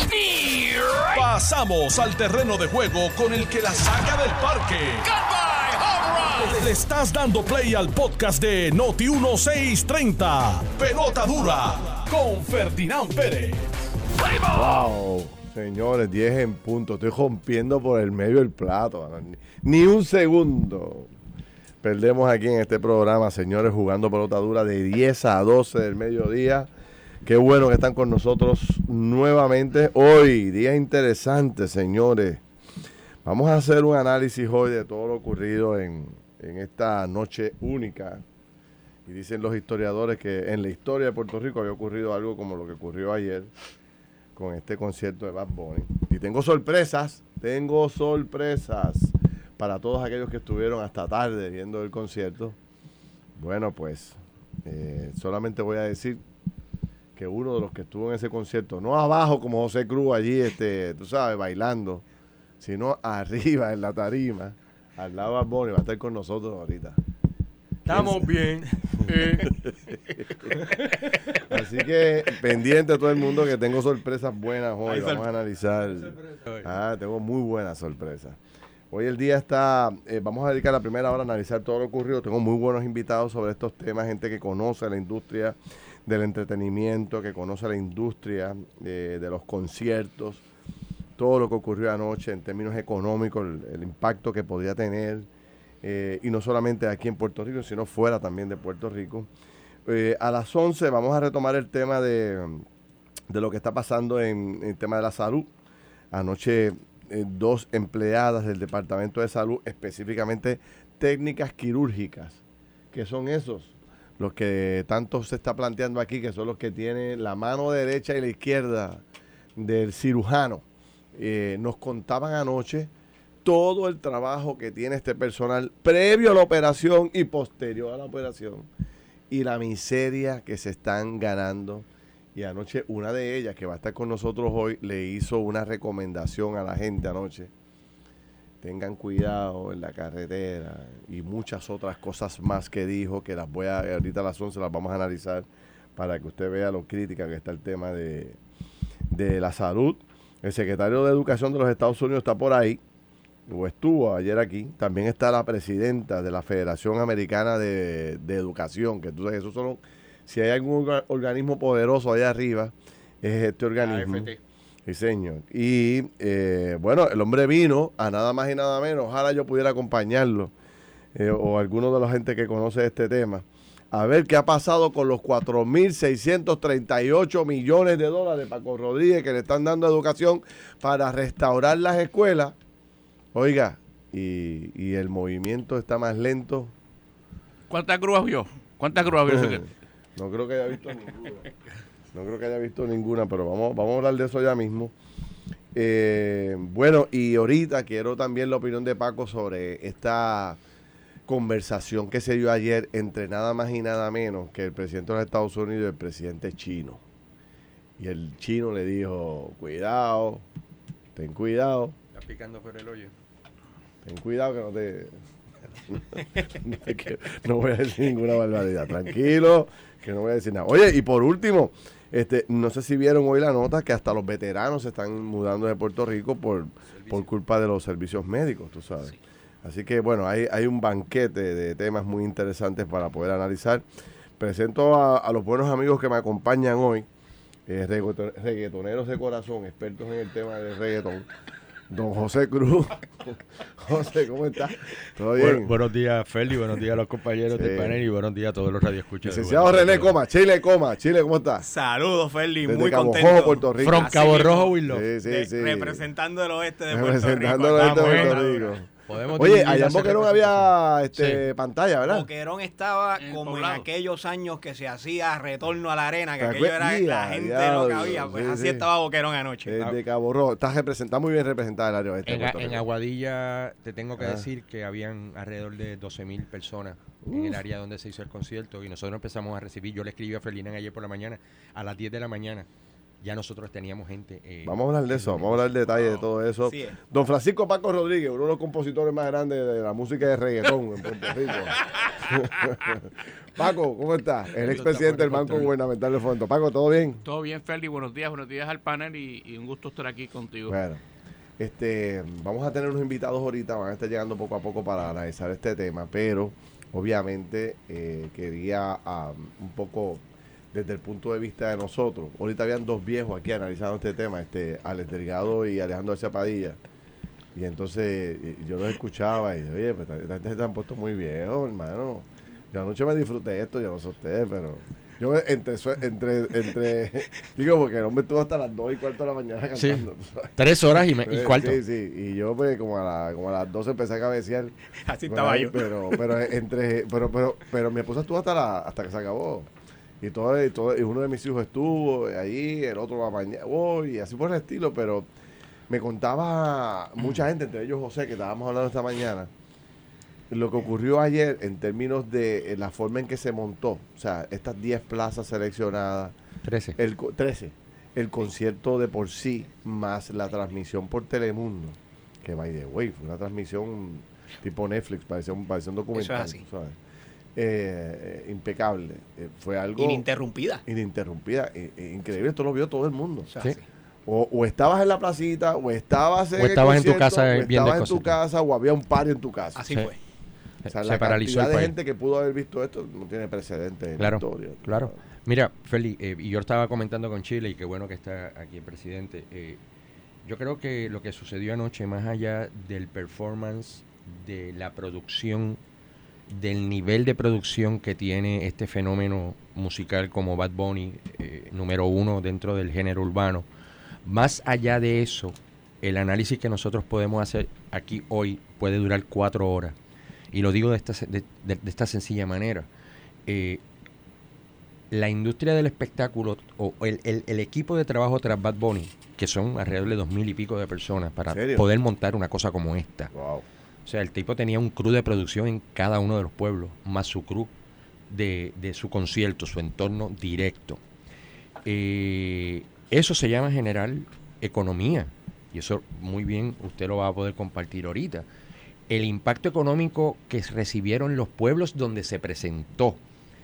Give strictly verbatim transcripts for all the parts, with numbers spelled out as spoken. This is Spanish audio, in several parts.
Pasamos al terreno de juego con el que la saca del parque. Le estás dando play al podcast de Noti dieciséis treinta. Pelota dura con Ferdinand Pérez. Wow, señores, diez en punto. Estoy rompiendo por el medio del plato. Ni un segundo perdemos aquí en este programa, señores, jugando pelota dura de diez a doce del mediodía. Qué bueno que están con nosotros nuevamente hoy. Día interesante, señores. Vamos a hacer un análisis hoy de todo lo ocurrido en, en esta noche única. Y dicen los historiadores que en la historia de Puerto Rico había ocurrido algo como lo que ocurrió ayer con este concierto de Bad Bunny. Y tengo sorpresas, tengo sorpresas para todos aquellos que estuvieron hasta tarde viendo el concierto. Bueno, pues eh, solamente voy a decir que uno de los que estuvo en ese concierto, no abajo como José Cruz allí, este, tú sabes, bailando, sino arriba en la tarima, al lado de Bad Bunny, va a estar con nosotros ahorita. Estamos bien. Eh. Así que pendiente a todo el mundo que tengo sorpresas buenas hoy. Vamos a analizar. Ah, tengo muy buenas sorpresas. Hoy el día está, eh, vamos a dedicar la primera hora a analizar todo lo ocurrido. Tengo muy buenos invitados sobre estos temas, gente que conoce la industria del entretenimiento, que conoce la industria de, de los conciertos, todo lo que ocurrió anoche en términos económicos, el, el impacto que podría tener. Eh, y no solamente aquí en Puerto Rico, sino fuera también de Puerto Rico. Eh, a las once vamos a retomar el tema de, de lo que está pasando en, en el tema de la salud. Anoche eh, dos empleadas del Departamento de Salud, específicamente técnicas quirúrgicas, que son esos, los que tanto se está planteando aquí, que son los que tienen la mano derecha y la izquierda del cirujano. Eh, nos contaban anoche todo el trabajo que tiene este personal previo a la operación y posterior a la operación y la miseria que se están ganando. Y anoche una de ellas, que va a estar con nosotros hoy, le hizo una recomendación a la gente anoche. Tengan cuidado en la carretera y muchas otras cosas más que dijo, que las voy a, ahorita a las once las vamos a analizar para que usted vea lo crítica que está el tema de, de la salud. El secretario de Educación de los Estados Unidos está por ahí, o estuvo ayer aquí. También está la presidenta de la Federación Americana de, de Educación, que tú sabes, eso son, si hay algún organismo poderoso allá arriba, es este organismo. Sí, señor. Y eh, bueno, el hombre vino a nada más y nada menos, ojalá yo pudiera acompañarlo, eh, o alguno de la gente que conoce este tema, a ver qué ha pasado con los cuatro mil seiscientos treinta y ocho millones de dólares, Paco Rodríguez, que le están dando a educación para restaurar las escuelas. Oiga, y, y el movimiento está más lento. ¿Cuántas grúas vio? ¿Cuántas grúas vio? No creo que haya visto ninguna. No creo que haya visto ninguna, pero vamos, vamos a hablar de eso ya mismo. Eh, bueno, y ahorita quiero también la opinión de Paco sobre esta conversación que se dio ayer entre nada más y nada menos que el presidente de los Estados Unidos y el presidente chino. Y el chino le dijo, cuidado, ten cuidado. Está picando por el hoyo. Ten cuidado que no te... no, te no voy a decir ninguna barbaridad. Tranquilo, que no voy a decir nada. Oye, y por último, este, no sé si vieron hoy la nota que hasta los veteranos se están mudando de Puerto Rico por, por culpa de los servicios médicos, tú sabes. Sí. Así que, bueno, hay, hay un banquete de temas muy interesantes para poder analizar. Presento a, a los buenos amigos que me acompañan hoy, eh, reggaetoneros de corazón, expertos en el tema del reggaetón. Don José Cruz. José, ¿cómo estás? ¿Todo bien? Bueno, buenos días, Feli, buenos días a los compañeros sí. del panel y buenos días a todos los radioescuchas. Licenciado René Coma, Chile Coma, Chile, ¿cómo estás? Saludos, Feli, Desde muy Cabo contento. Rojo, Puerto Rico. From Cabo Rojo, Willow. Sí, sí, de, sí. Representando el oeste de representando Puerto Rico. Representando el oeste de Puerto Rico. Podemos Oye, allá en Boquerón había este, sí. pantalla, ¿verdad? Boquerón estaba en como poblado. en aquellos años que se hacía retorno a la arena, que ¿Te aquello era acuerdas? la gente Diablo, no cabía, pues sí, así sí. estaba Boquerón anoche. Desde Cabo Rojo. Estás representado muy bien representado el área oeste. En, de Puerto en Rico. Aguadilla te tengo que Ah. decir que habían alrededor de doce mil personas Uf. en el área donde se hizo el concierto y nosotros empezamos a recibir, yo le escribí a Ferdinand ayer por la mañana, a las diez de la mañana, ya nosotros teníamos gente. Eh, vamos a hablar de eso, vamos a hablar de detalle de todo eso. Sí es. Don Francisco Paco Rodríguez, uno de los compositores más grandes de la música de reggaetón en Puerto Rico. Paco, ¿cómo estás? El expresidente del Banco Gubernamental de Fomento. Paco, ¿todo bien? Todo bien, Feli. Buenos días, buenos días al panel y, y un gusto estar aquí contigo. Bueno, este, vamos a tener unos invitados ahorita, van a estar llegando poco a poco para analizar este tema, pero obviamente eh, quería um, un poco desde el punto de vista de nosotros. Ahorita habían dos viejos aquí analizando este tema, este Alex Delgado y Alejandro García Padilla. Y entonces yo los escuchaba y dije, oye, pues esta gente se han puesto muy viejos, hermano. Yo anoche me disfruté esto, yo no sé ustedes, pero yo entre, entre, entre, digo, porque el hombre estuvo hasta las dos y cuarto de la mañana cantando. Sí. Tres horas y, me, y cuarto. Sí, sí, y yo pues como a, la, como a las doce empecé a cabecear. Así estaba ahí, yo. Pero, pero entre, pero, pero, pero mi esposa estuvo hasta la, hasta que se acabó. Y todo, y todo, y uno de mis hijos estuvo ahí, el otro va mañana, oh, y así por el estilo, pero me contaba mucha gente, entre ellos José, que estábamos hablando esta mañana, lo que ocurrió ayer en términos de la forma en que se montó, o sea, estas diez plazas seleccionadas, trece. El, trece, el concierto de por sí, más la transmisión por Telemundo, que by the way, fue una transmisión tipo Netflix, parecía un, parecía un documental. Eso es así. ¿Sabes? Eh, eh, impecable. Eh, fue algo... Ininterrumpida. Ininterrumpida. Eh, eh, increíble, esto lo vio todo el mundo. Eso es Sí. así. O, o estabas en la placita, o estabas en, O estabas el en tu casa o viendo estabas el en tu concierto. casa, o había un party en tu casa. Así Sí. fue. O sea, Se la paralizó cantidad el de país. gente que pudo haber visto esto no tiene precedentes en Claro, la historia. claro. Mira, Feli, eh, y yo estaba comentando con Chile, y qué bueno que está aquí el presidente. Eh, yo creo que lo que sucedió anoche, más allá del performance, de la producción, del nivel de producción que tiene este fenómeno musical como Bad Bunny, eh, número uno dentro del género urbano, más allá de eso, el análisis que nosotros podemos hacer aquí hoy puede durar cuatro horas. Y lo digo de esta, de, de, de esta sencilla manera. Eh, la industria del espectáculo o el, el, el equipo de trabajo tras Bad Bunny, que son alrededor de dos mil y pico de personas para poder montar una cosa como esta. Wow. O sea, el tipo tenía un crew de producción en cada uno de los pueblos, más su crew de, de su concierto, su entorno directo. Eh, eso se llama generar economía. Y eso muy bien usted lo va a poder compartir ahorita. El impacto económico que recibieron los pueblos donde se presentó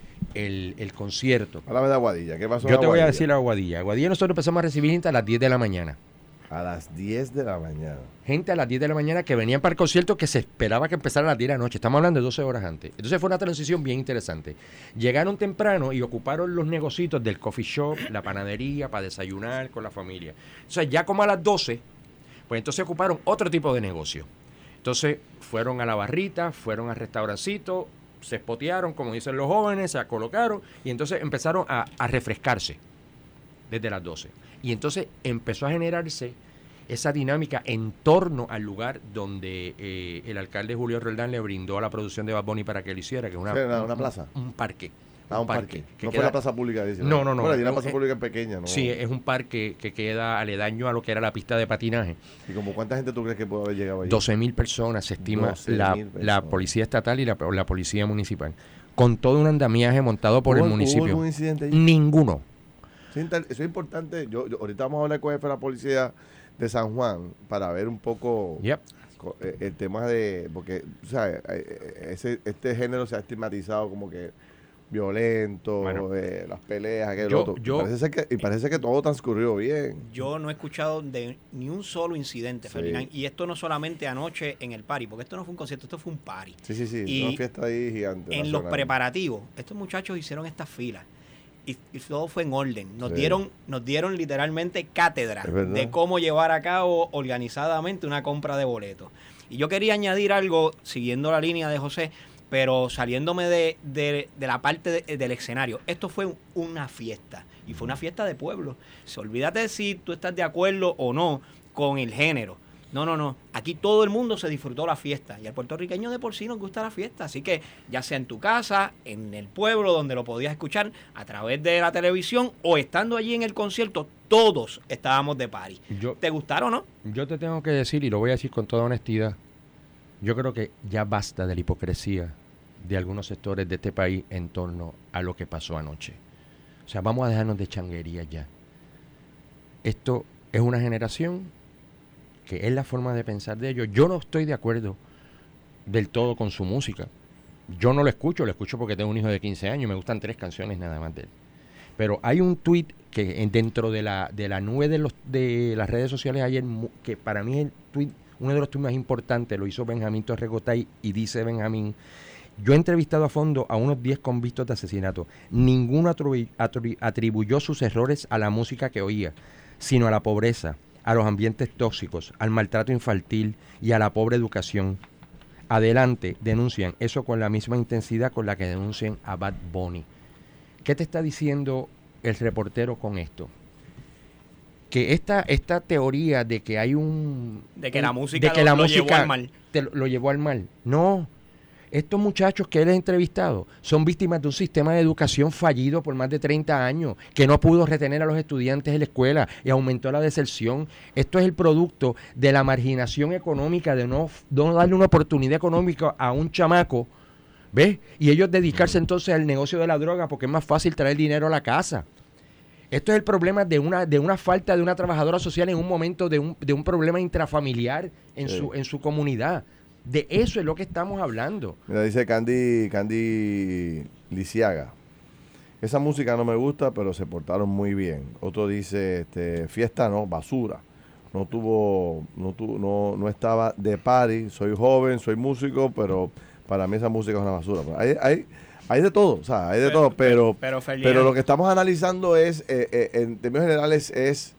el, el concierto. Háblame de Aguadilla. ¿Qué pasó Yo en te voy a Aguadilla? decir a Aguadilla. Aguadilla nosotros empezamos a recibir gente a las diez de la mañana. A las diez de la mañana. Gente a las diez de la mañana que venían para el concierto que se esperaba que empezara a las diez de la noche. Estamos hablando de doce horas antes. Entonces fue una transición bien interesante. Llegaron temprano y ocuparon los negocios del coffee shop, la panadería, para desayunar con la familia. O sea, ya como a las doce, pues entonces ocuparon otro tipo de negocio. Entonces fueron a la barrita, fueron al restaurancito, se espotearon, como dicen los jóvenes, se colocaron y entonces empezaron a, a refrescarse desde las doce. Y entonces empezó a generarse esa dinámica en torno al lugar donde eh, el alcalde Julio Roldán le brindó a la producción de Bad Bunny para que lo hiciera, que es una, Sí, una- una plaza. Un, un parque. Ah, un parque. que No fue queda- la plaza pública, dice. No, no, no. Bueno, y la No, plaza eh, pública es pequeña, ¿no? Sí, es un parque que queda aledaño a lo que era la pista de patinaje. ¿Y como cuánta gente tú crees que puede haber llegado allí? doce mil personas, se estima doce la, mil personas. la policía estatal y la, la policía municipal. Con todo un andamiaje montado por el ¿Hubo- municipio. ¿Hubo algún incidente allí? Ninguno. Sí, inter- Eso es importante. Yo, yo- ahorita vamos a hablar con el jefe de la policía de San Juan para ver un poco Yep. co- eh, el tema de... Porque, o sea, eh, eh, ese, este género se ha estigmatizado como que violento, Bueno. eh, las peleas, aquello, Yo- lo otro. yo- y, parece ser que, y parece que todo transcurrió bien. Yo no he escuchado de ni un solo incidente, Sí. Ferdinand. Y esto no solamente anoche en el party, porque esto no fue un concierto, esto fue un party. Sí, sí, sí. Y una fiesta ahí gigante. En los nacional. preparativos, estos muchachos hicieron estas filas. Y, y todo fue en orden. Nos Sí. dieron nos dieron literalmente cátedra Es verdad. de cómo llevar a cabo organizadamente una compra de boletos. Y yo quería añadir algo, siguiendo la línea de José, pero saliéndome de, de, de la parte de- del escenario. Esto fue un- una fiesta. Y fue una fiesta de pueblo. So, olvídate si tú estás de acuerdo o no con el género. No, no, no. Aquí todo el mundo se disfrutó la fiesta. Y al puertorriqueño de por sí nos gusta la fiesta. Así que ya sea en tu casa, en el pueblo donde lo podías escuchar, a través de la televisión o estando allí en el concierto, todos estábamos de party. Yo, ¿Te gustaron o no? yo te tengo que decir, y lo voy a decir con toda honestidad, yo creo que ya basta de la hipocresía de algunos sectores de este país en torno a lo que pasó anoche. O sea, vamos a dejarnos de changuería ya. esto es una generación que es la forma de pensar de ellos. Yo no estoy de acuerdo del todo con su música. Yo no lo escucho, lo escucho porque tengo un hijo de quince años y me gustan tres canciones nada más de él. Pero hay un tuit que en, dentro de la de la nube de los de las redes sociales ayer, que para mí es el tuit, uno de los tuits más importantes, lo hizo Benjamín Torrecotay, y dice Benjamín: yo he entrevistado a fondo a unos diez convictos de asesinato. Ninguno atribu- atribu- atribuyó sus errores a la música que oía, sino a la pobreza, a los ambientes tóxicos, al maltrato infantil y a la pobre educación. Adelante, denuncian eso con la misma intensidad con la que denuncian a Bad Bunny. ¿Qué te está diciendo el reportero con esto? Que esta esta teoría de que hay un... De que la música, de que lo, la lo música llevó al mal. Te, lo llevó al mal. No. Estos muchachos que él ha entrevistado son víctimas de un sistema de educación fallido por más de treinta años, que no pudo retener a los estudiantes en la escuela y aumentó la deserción. Esto es el producto de la marginación económica, de no, no darle una oportunidad económica a un chamaco, ¿ves? Y ellos dedicarse entonces al negocio de la droga porque es más fácil traer dinero a la casa. Esto es el problema de una de una falta de una trabajadora social en un momento de un, de un problema intrafamiliar en, sí. su, en su comunidad. De eso es lo que estamos hablando. Mira, dice Candy, Candy Lisiaga: esa música no me gusta, pero se portaron muy bien. Otro dice, este, fiesta no, basura. No tuvo, no tuvo, no, no estaba de party. Soy joven, soy músico, pero para mí esa música es una basura. Hay, hay, hay de todo, o sea, hay de pero, todo, pero, pero, pero, pero lo que estamos analizando es, eh, eh, en términos generales, es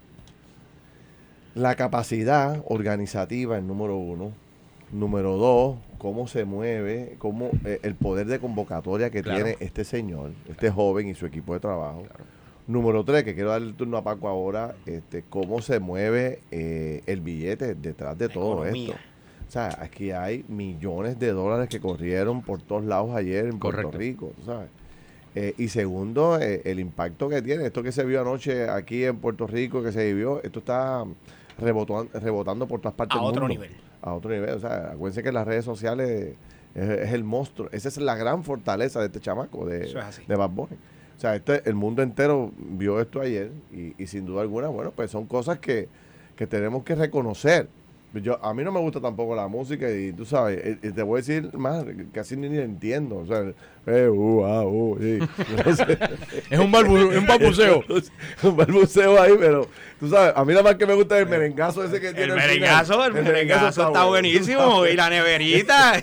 la capacidad organizativa, el número uno. Número dos, cómo se mueve, cómo eh, el poder de convocatoria que claro. tiene este señor, este claro. joven y su equipo de trabajo. Claro. Número tres, que quiero darle el turno a Paco ahora, este, cómo se mueve eh, el billete detrás de La todo economía. Esto. O sea, aquí hay millones de dólares que corrieron por todos lados ayer en Correcto. Puerto Rico, ¿sabes? Eh, y segundo, eh, el impacto que tiene. Esto que se vio anoche aquí en Puerto Rico, que se vivió, esto está rebotando, rebotando por todas partes a del otro mundo. nivel. A otro nivel. O sea, acuérdense que las redes sociales es, es el monstruo. Esa es la gran fortaleza de este chamaco, de, de Bad Bunny. O sea, este, el mundo entero vio esto ayer y, y sin duda alguna, bueno, pues son cosas que, que tenemos que reconocer. Yo, a mí no me gusta tampoco la música y tú sabes, y, y te voy a decir más, casi ni, ni entiendo. O sea, eh, uh, ah, uh, sí. No sé. Es un, balbu, un balbuceo. Un balbuceo ahí, pero tú sabes, a mí nada más que me gusta el merengazo ese que el tiene. Merengazo, el, el merengazo, el merengazo está, está buenísimo. Bueno. Y la neverita.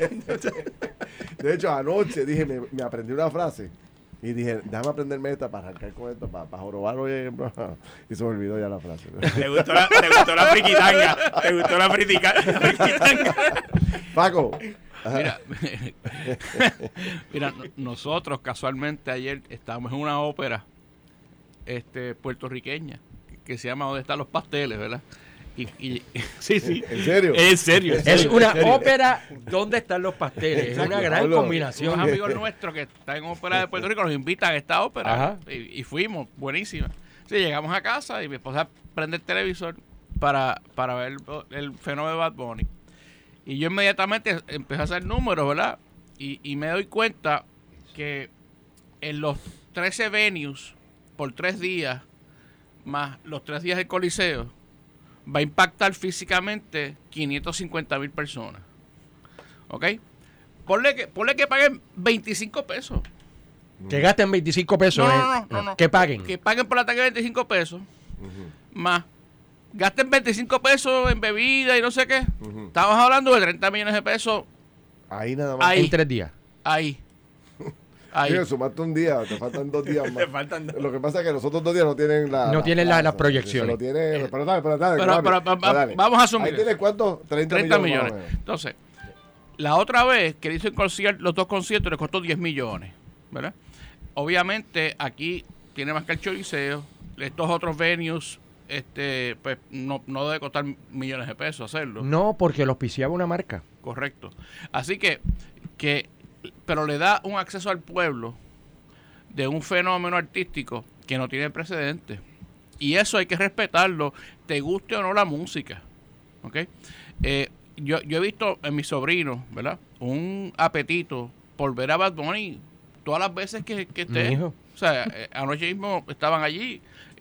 De hecho, anoche dije, me, me aprendí una frase. Y dije, déjame aprenderme esta para arrancar con esto, para, para jorobar hoy. Y se me olvidó ya la frase. ¿Te gustó la, te gustó la friquitanga? ¿Te gustó la friquitanga? Paco. Mira, mira, nosotros casualmente ayer estábamos en una ópera este, puertorriqueña que se llama ¿Dónde están los pasteles?, ¿verdad? Y, y, sí, sí. ¿En serio? En serio. Es serio, una ópera ¿Dónde están los pasteles? Es una gran Pablo, combinación. Unos amigos nuestros que están en ópera de Puerto Rico nos invitan a esta ópera y, y fuimos, buenísima. Sí, llegamos a casa y mi esposa prende el televisor para, para ver el, el fenómeno de Bad Bunny. Y yo inmediatamente empecé a hacer números, ¿verdad? Y, y me doy cuenta que en los trece venues por tres días, más los tres días del Coliseo, va a impactar físicamente quinientas cincuenta mil personas. ¿Ok? Ponle que, ponle que paguen veinticinco pesos. Que gasten veinticinco pesos. No, eh. no, no, no, no. Que paguen. Que paguen por la taquilla veinticinco pesos. Uh-huh. Más. Gasten veinticinco pesos en bebida y no sé qué. Uh-huh. Estamos hablando de treinta millones de pesos. Ahí nada más. Ahí. En tres días. Ahí. Ahí. Sí, sumaste un día, te faltan dos días más. Te faltan dos. Lo que pasa es que los otros dos días no tienen la... No la, tienen las la, la proyecciones. No tiene, pero dale, pero dale. Pero, pero, pero, dale. Vamos a asumir. Ahí tienes cuánto? treinta, treinta millones. millones. Entonces, la otra vez que hizo el concierto, los dos conciertos les costó diez millones, ¿verdad? Obviamente aquí tiene más que el Choliseo. Estos otros venues, este, pues no, no debe costar millones de pesos hacerlo. No, porque los auspiciaba una marca. Correcto. Así que, que, pero le da un acceso al pueblo de un fenómeno artístico que no tiene precedente. Y eso hay que respetarlo, te guste o no la música. ¿Ok? Eh, yo, yo he visto en mis sobrinos, ¿verdad? Un apetito por ver a Bad Bunny todas las veces que, que esté. Mi hijo. O sea, eh, anoche mismo estaban allí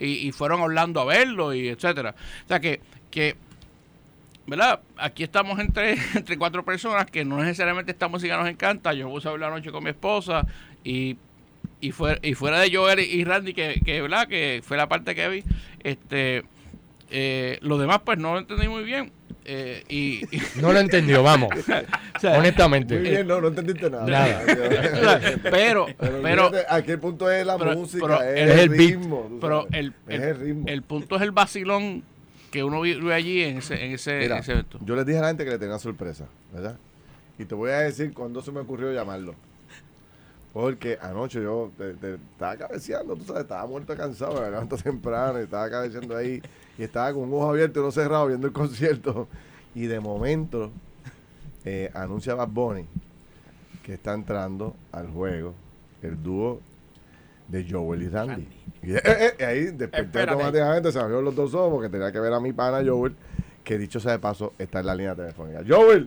y, y fueron a Orlando a verlo, y etcétera. O sea que, que ¿verdad? Aquí estamos entre, entre cuatro personas que no necesariamente esta música nos encanta. Yo puse a hablar anoche con mi esposa y y fuera, y fuera de Joel y Randy, que, que verdad que fue la parte que vi, este eh, los demás pues no lo entendí muy bien. Eh, y, y no lo entendió, vamos. O sea, honestamente. Muy bien, no, no entendiste nada. Nada. pero, pero, pero aquí el punto es la pero, música, pero, es, es el, el ritmo. Pero el, es el, el ritmo. El punto es el vacilón que uno vive allí en ese, en ese, Mira, en ese evento. Yo les dije a la gente que le tenía sorpresa, ¿verdad? Y te voy a decir cuándo se me ocurrió llamarlo. Porque anoche yo te, te, estaba cabeceando, tú sabes, estaba muerto cansado, me levanto temprano, y estaba cabeceando ahí, y estaba con un ojo abierto y uno cerrado viendo el concierto. Y de momento eh, anuncia Bad Bunny que está entrando al juego el dúo de Joel y Randy. Randy. Y eh, eh, ahí desperté automáticamente, se me abrieron los dos ojos porque tenía que ver a mi pana Joel, que dicho sea de paso, está en la línea telefónica. ¡Joel!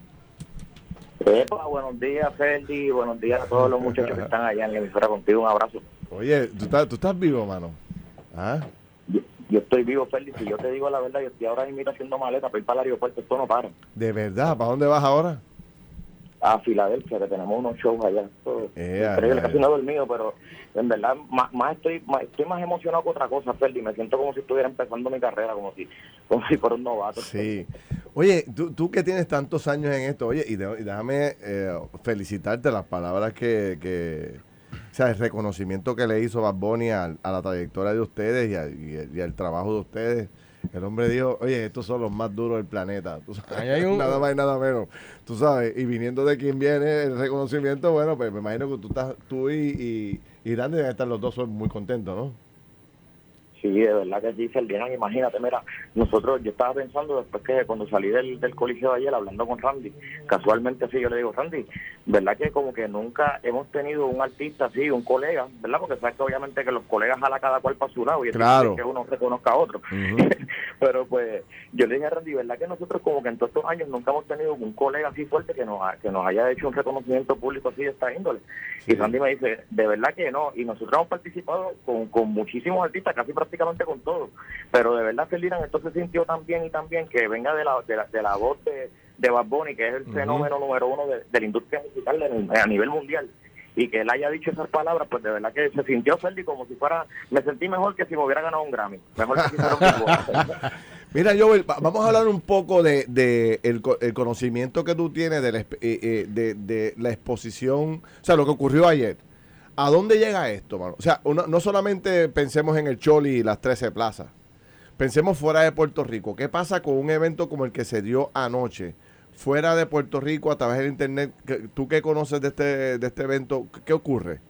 Epa, buenos días, Ferdi, buenos días a todos los muchachos que están allá en la emisora contigo, un abrazo. Oye, ¿tú estás, tú estás vivo, mano? ¿Ah? Yo, yo estoy vivo, Ferdi, si yo te digo la verdad, yo estoy ahora mismo haciendo maleta para ir para el aeropuerto, esto no para. ¿De verdad? ¿Para dónde vas ahora? A Filadelfia, que tenemos unos shows allá. Eh, increíble, casi no he dormido, pero en verdad más, más estoy más, estoy más emocionado que otra cosa, Ferdi. Me siento como si estuviera empezando mi carrera, como si como si fuera un novato. Sí. Oye, tú, tú que tienes tantos años en esto, oye, y, de, y déjame eh, felicitarte las palabras que, que, o sea, el reconocimiento que le hizo Bad Bunny a, a la trayectoria de ustedes y, a, y, y al trabajo de ustedes. El hombre dijo, oye, estos son los más duros del planeta, tú sabes, ahí hay un... nada más y nada menos, tú sabes, y viniendo de quien viene el reconocimiento, bueno, pues me imagino que tú estás, tú y, y, y Randy deben estar los dos son muy contentos, ¿no? Sí, de verdad que sí, Ferdinand, imagínate, mira, nosotros, yo estaba pensando después que cuando salí del, del coliseo ayer hablando con Randy, casualmente así yo le digo, Randy, ¿verdad que como que nunca hemos tenido un artista así, un colega, ¿verdad? Porque sabes que obviamente que los colegas jala cada cual para su lado y es claro. que uno reconozca a otro. Uh-huh. Pero pues yo le dije a Randy, ¿verdad que nosotros como que en todos estos años nunca hemos tenido un colega así fuerte que nos, ha, que nos haya hecho un reconocimiento público así de esta índole? Sí. Y Randy me dice, de verdad que no, y nosotros hemos participado con, con muchísimos artistas, casi prácticamente con todos, pero de verdad, Ferdinand, esto se sintió tan bien y tan bien que venga de la, de la, de la voz de, de Bad Bunny, que es el uh-huh. fenómeno número uno de, de la industria musical de, a nivel mundial, y que él haya dicho esas palabras, pues de verdad que se sintió, Ferdi, como si fuera, me sentí mejor que si me hubiera ganado un Grammy, mejor que si fuera un Mira, Joel, vamos a hablar un poco de, de el, el conocimiento que tú tienes de la, eh, de, de la exposición, o sea, lo que ocurrió ayer. ¿A dónde llega esto, mano? O sea, uno, no solamente pensemos en el Choli y las trece plazas, pensemos fuera de Puerto Rico. ¿Qué pasa con un evento como el que se dio anoche, fuera de Puerto Rico, a través del internet? ¿Tú qué conoces de este, de este evento? ¿Qué ocurre?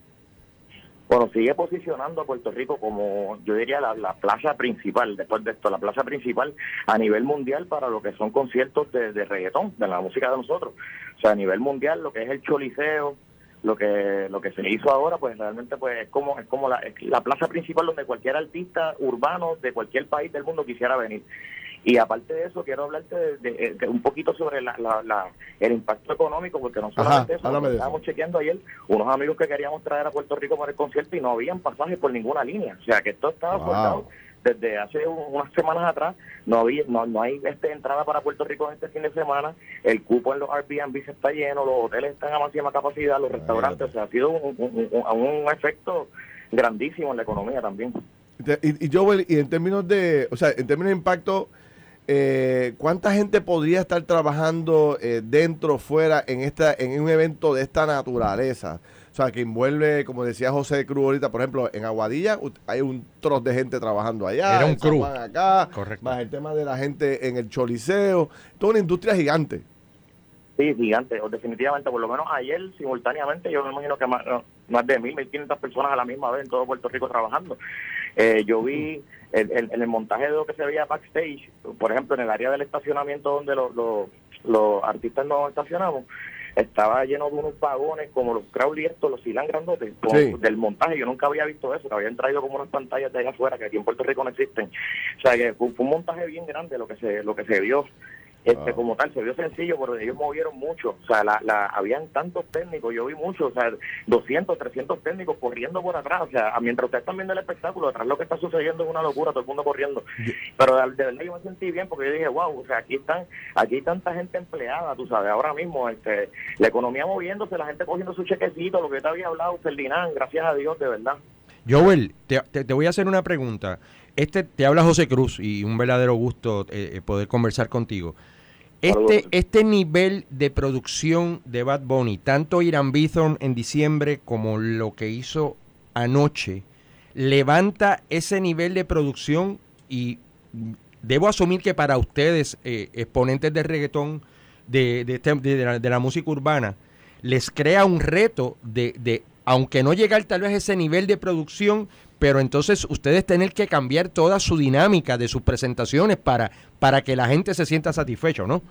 Bueno, sigue posicionando a Puerto Rico como, yo diría, la, la plaza principal, después de esto, la plaza principal a nivel mundial para lo que son conciertos de, de reggaetón, de la música de nosotros. O sea, a nivel mundial, lo que es el Choliseo, lo que lo que se hizo ahora, pues realmente pues es como es como la, la plaza principal donde cualquier artista urbano de cualquier país del mundo quisiera venir. Y aparte de eso, quiero hablarte de, de, de un poquito sobre la, la, la, el impacto económico, porque no solamente Ajá, eso, de estábamos eso. chequeando ayer unos amigos que queríamos traer a Puerto Rico para el concierto y no habían pasajes por ninguna línea. O sea, que esto estaba wow. cortado desde hace un, unas semanas atrás. No había no, no hay este entrada para Puerto Rico en este fin de semana. El cupo en los Airbnb está lleno, los hoteles están a máxima capacidad, los restaurantes. O sea, ha sido un, un, un, un efecto grandísimo en la economía también. Y, y Joel, y en términos de, o sea, en términos de impacto, eh, ¿cuánta gente podría estar trabajando eh, dentro o fuera en esta en un evento de esta naturaleza? O sea, que envuelve, como decía José Cruz ahorita, por ejemplo, en Aguadilla hay un trozo de gente trabajando allá. Era un crew. Acá, correcto. Más el tema de la gente en el Choliseo. Toda una industria gigante. Sí, gigante. O definitivamente, por lo menos ayer, simultáneamente, yo me imagino que más, más de mil, mil quinientas personas a la misma vez en todo Puerto Rico trabajando. Eh, yo vi el, el, el montaje de lo que se veía backstage, por ejemplo, en el área del estacionamiento donde los, los, los artistas nos estacionamos, estaba lleno de unos vagones como los Crowley estos, los Silan grandotes, con, sí. del montaje. Yo nunca había visto eso, que habían traído como unas pantallas de allá afuera que aquí en Puerto Rico no existen. O sea que fue, fue un montaje bien grande lo que se lo que se vio. Este, wow. Como tal, se vio sencillo, pero ellos movieron mucho, o sea, la, la, habían tantos técnicos, yo vi muchos, o sea, doscientos, trescientos técnicos corriendo por atrás, o sea, mientras ustedes están viendo el espectáculo, atrás lo que está sucediendo es una locura, todo el mundo corriendo, pero de, de verdad yo me sentí bien, porque yo dije, wow, o sea, aquí están, aquí hay tanta gente empleada, tú sabes, ahora mismo, este, la economía moviéndose, la gente cogiendo su chequecito, lo que yo te había hablado, Ferdinand, gracias a Dios, de verdad. Joel, te, te, te voy a hacer una pregunta. Este te habla José Cruz y un verdadero gusto eh, poder conversar contigo. Este, este nivel de producción de Bad Bunny, tanto Irán Bithorn en diciembre como lo que hizo anoche, levanta ese nivel de producción y debo asumir que para ustedes, eh, exponentes de reggaetón, de, de, este, de, la, de la música urbana, les crea un reto de, de, aunque no llegar tal vez a ese nivel de producción, pero entonces ustedes tienen que cambiar toda su dinámica de sus presentaciones para, para que la gente se sienta satisfecho, ¿no?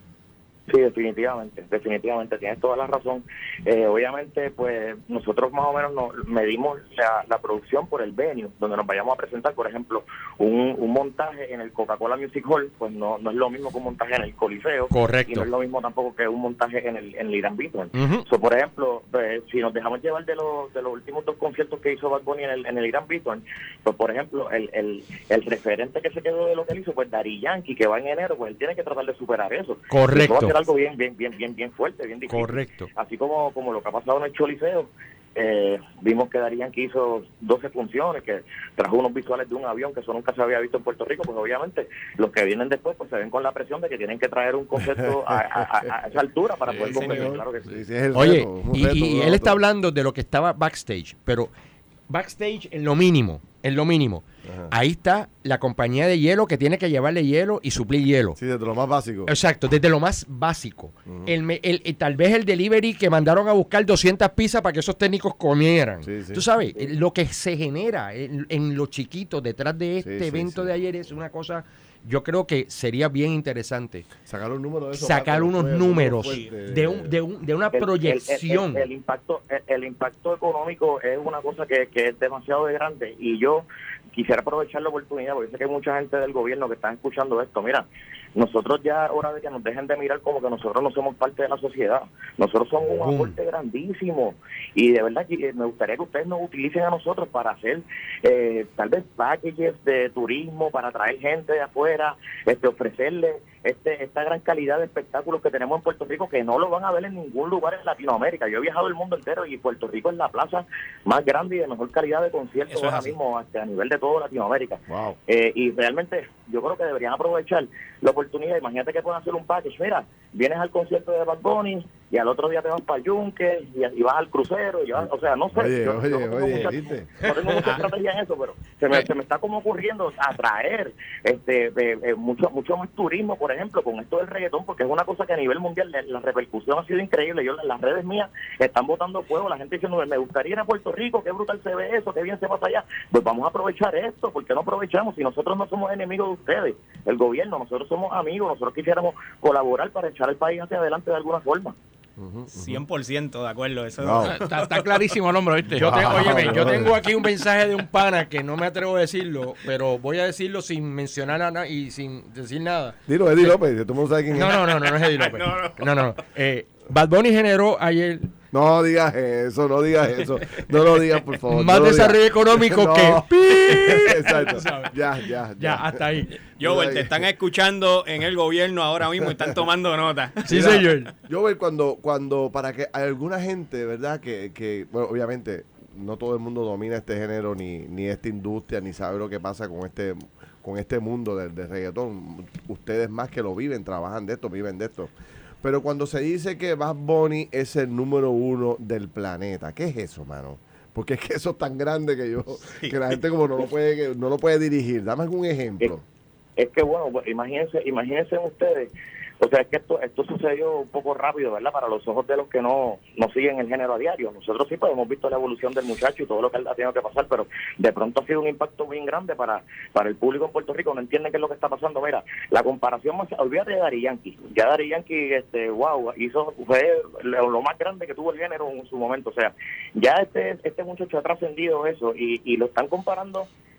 Sí, definitivamente, definitivamente, tienes toda la razón. Eh, obviamente, pues nosotros más o menos nos medimos la, la producción por el venue, donde nos vayamos a presentar, por ejemplo, un, un montaje en el Coca-Cola Music Hall, pues no, no es lo mismo que un montaje en el Coliseo. Correcto. Y no es lo mismo tampoco que un montaje en el, en el Irán Bithorn. Uh-huh. So, por ejemplo, pues, si nos dejamos llevar de los, de los últimos dos conciertos que hizo Bad Bunny en el, en el Irán Bithorn, pues por ejemplo, el, el, el referente que se quedó de lo que él hizo, pues Daddy Yankee, que va en enero, pues él tiene que tratar de superar eso. Correcto. Algo bien, bien, bien, bien, bien fuerte, bien difícil. Correcto. Así como, como lo que ha pasado en el Choliseo, eh, vimos que Daddy Yankee hizo doce funciones, que trajo unos visuales de un avión que eso nunca se había visto en Puerto Rico, pues obviamente los que vienen después pues se ven con la presión de que tienen que traer un concepto a, a, a, a esa altura para poder competir, claro que sí. Sí, sí, es el Oye, reto, y, reto, y él está hablando de lo que estaba backstage, pero backstage en lo mínimo, en lo mínimo. Ajá. Ahí está la compañía de hielo que tiene que llevarle hielo y suplir hielo. Sí, desde lo más básico. Exacto, desde lo más básico. Uh-huh. el, el, el, tal vez el delivery que mandaron a buscar doscientas pizzas para que esos técnicos comieran. Sí, sí. Tú sabes, sí. Lo que se genera en, en lo chiquito detrás de este sí, evento sí, sí. de ayer es una cosa... Yo creo que sería bien interesante sacar un número de eso, sacar unos fue, números de, de, un, de, un, de una el, proyección. El, el, el, el impacto el, el impacto económico es una cosa que, que es demasiado grande y yo quisiera aprovechar la oportunidad porque sé que hay mucha gente del gobierno que está escuchando esto. Mira, nosotros ya es hora de que nos dejen de mirar como que nosotros no somos parte de la sociedad. Nosotros somos un aporte grandísimo y de verdad me gustaría que ustedes nos utilicen a nosotros para hacer eh, tal vez packages de turismo, para traer gente de afuera, este ofrecerle este esta gran calidad de espectáculos que tenemos en Puerto Rico que no lo van a ver en ningún lugar en Latinoamérica. Yo he viajado el mundo entero y Puerto Rico es la plaza más grande y de mejor calidad de conciertos ahora mismo hasta a nivel de todo Latinoamérica. Wow. Eh, y realmente yo creo que deberían aprovechar la oportunidad. Imagínate que pueden hacer un package. Mira, vienes al concierto de Bad Bunny y al otro día te vas para el Yunque y, y vas al crucero. Y vas, o sea, no sé. Oye, yo, oye, yo no, tengo oye, mucha, no tengo mucha estrategia en eso, pero se me, se me está como ocurriendo atraer este, eh, eh, mucho, mucho más turismo, por ejemplo, con esto del reggaetón, porque es una cosa que a nivel mundial la, la repercusión ha sido increíble. Yo las redes mías están botando fuego, la gente diciendo, me gustaría ir a Puerto Rico, qué brutal se ve eso, qué bien se pasa allá. Pues vamos a aprovechar esto, porque no aprovechamos si nosotros no somos enemigos de ustedes, el gobierno, nosotros somos amigos, nosotros quisiéramos colaborar para echar el país hacia adelante de alguna forma. Uh-huh, uh-huh. cien por ciento de acuerdo, eso no. está, está clarísimo el hombre, ¿viste? Yo, te, óyeme, yo tengo aquí un mensaje de un pana que no me atrevo a decirlo, pero voy a decirlo sin mencionar a nada y sin decir nada. Dilo, Eddie López, tú no sabes quién no, es. No, no, no, no es Eddie López. no, no, no. no, no. Eh, Bad Bunny generó ayer... No digas eso, no digas eso. No lo digas, por favor. Más no desarrollo económico no. que... Exacto. Ya, ya, ya. Ya, hasta ahí. Joel, te están escuchando en el gobierno ahora mismo y están tomando nota. Sí, Mira, señor. Joel, cuando, cuando, para que hay alguna gente, ¿verdad? Que, que, bueno, obviamente, no todo el mundo domina este género, ni, ni esta industria, ni sabe lo que pasa con este, con este mundo del, del reggaetón. Ustedes más que lo viven, trabajan de esto, viven de esto. Pero cuando se dice que Bad Bunny es el número uno del planeta, ¿qué es eso, mano? Porque es que eso es tan grande que yo, sí. que la gente como no lo puede, no lo puede dirigir. Dame algún ejemplo. Es, es que bueno, pues, imagínense, imagínense ustedes. O sea, es que esto esto sucedió un poco rápido, ¿verdad? Para los ojos de los que no, no siguen el género a diario. Nosotros sí pues hemos visto la evolución del muchacho y todo lo que él ha tenido que pasar, pero de pronto ha sido un impacto bien grande para, para el público en Puerto Rico. No entienden qué es lo que está pasando. Mira, la comparación más... Olvídate de Daddy Yankee. Ya Daddy Yankee, este, wow, hizo, fue lo, lo más grande que tuvo el género en su momento. O sea, ya este este muchacho ha trascendido eso y, y lo están comparando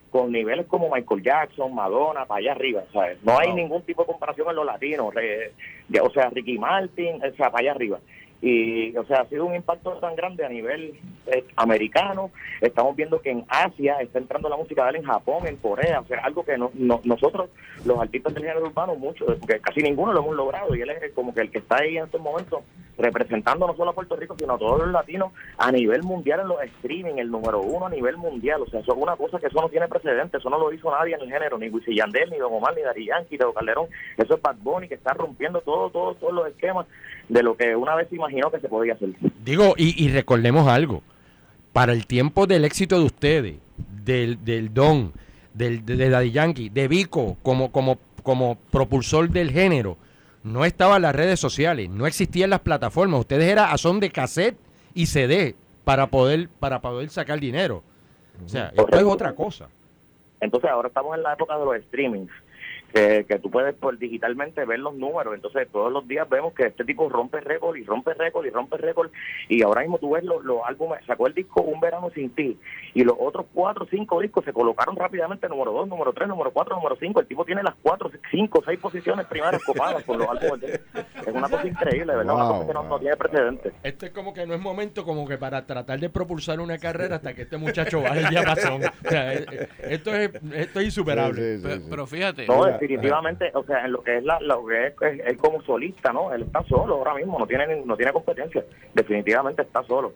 con niveles como Michael Jackson, Madonna, para allá arriba, ¿sabes? No hay wow. ningún tipo de comparación en los latinos, re, de, o sea, Ricky Martin, o sea, para allá arriba. Y, o sea, ha sido un impacto tan grande a nivel eh, americano. Estamos viendo que en Asia está entrando la música de él, en Japón, en Corea, o sea, algo que no, no, nosotros, los artistas del género urbano, muchos, porque casi ninguno lo hemos logrado, y él es como que el que está ahí en estos momentos representando no solo a Puerto Rico, sino a todos los latinos a nivel mundial en los streaming, el número uno a nivel mundial. O sea, eso es una cosa que eso no tiene precedente, eso no lo hizo nadie en el género, ni Wisin y Yandel, ni Don Omar, ni Daddy Yankee, Teo Calderón. Eso es Bad Bunny, que está rompiendo todo, todo, todos los esquemas de lo que una vez se imaginó que se podía hacer. Digo, y, y recordemos algo, para el tiempo del éxito de ustedes, del, del Don, del, de, de Daddy Yankee, de Vico, como, como, como propulsor del género, no estaban las redes sociales, no existían las plataformas, ustedes eran a son de cassette y C D para poder, para poder sacar dinero. O sea, esto es otra cosa. Entonces ahora estamos en la época de los streamings. Que, que tú puedes por digitalmente ver los números, entonces todos los días vemos que este tipo rompe récord y rompe récord y rompe récord, y ahora mismo tú ves los, los álbumes, sacó el disco Un Verano Sin Ti, y los otros cuatro o cinco discos se colocaron rápidamente, número dos, número tres, número cuatro, número cinco, el tipo tiene las cuatro, cinco, seis posiciones primeras copadas con los álbumes de él. Es una cosa increíble, ¿verdad? Wow, una cosa que no, no tiene precedente. Esto es como que no es momento como que para tratar de propulsar una carrera hasta que este muchacho baje el diapasón. O sea, esto es, esto es insuperable. Sí, sí, sí, sí. Pero, pero fíjate. No, definitivamente, o sea, en lo que es la, lo que es, es, es como solista, ¿no? Él está solo ahora mismo, no tiene no tiene competencia, definitivamente está solo.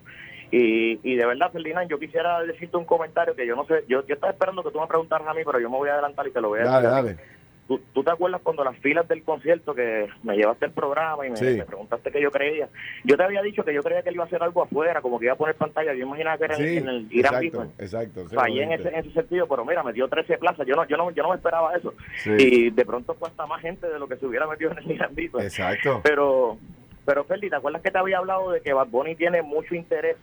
Y, y de verdad, Ferdinand, yo quisiera decirte un comentario que yo no sé, yo, yo estaba esperando que tú me preguntaras a mí, pero yo me voy a adelantar y te lo voy a dale, decir. Dale. ¿Tú, ¿Tú te acuerdas cuando las filas del concierto que me llevaste el programa y me, sí. me preguntaste qué yo creía? Yo te había dicho que yo creía que él iba a hacer algo afuera, como que iba a poner pantalla. Yo imaginaba que era sí, en el Irán Exacto, exacto. Fallé en ese, en ese sentido, pero mira, me dio trece plazas. Yo no yo no, yo no me esperaba eso. Sí. Y de pronto fue hasta más gente de lo que se hubiera metido en el Irán Exacto. Pero, pero Ferdi, ¿te acuerdas que te había hablado de que Bad Bunny tiene mucho interés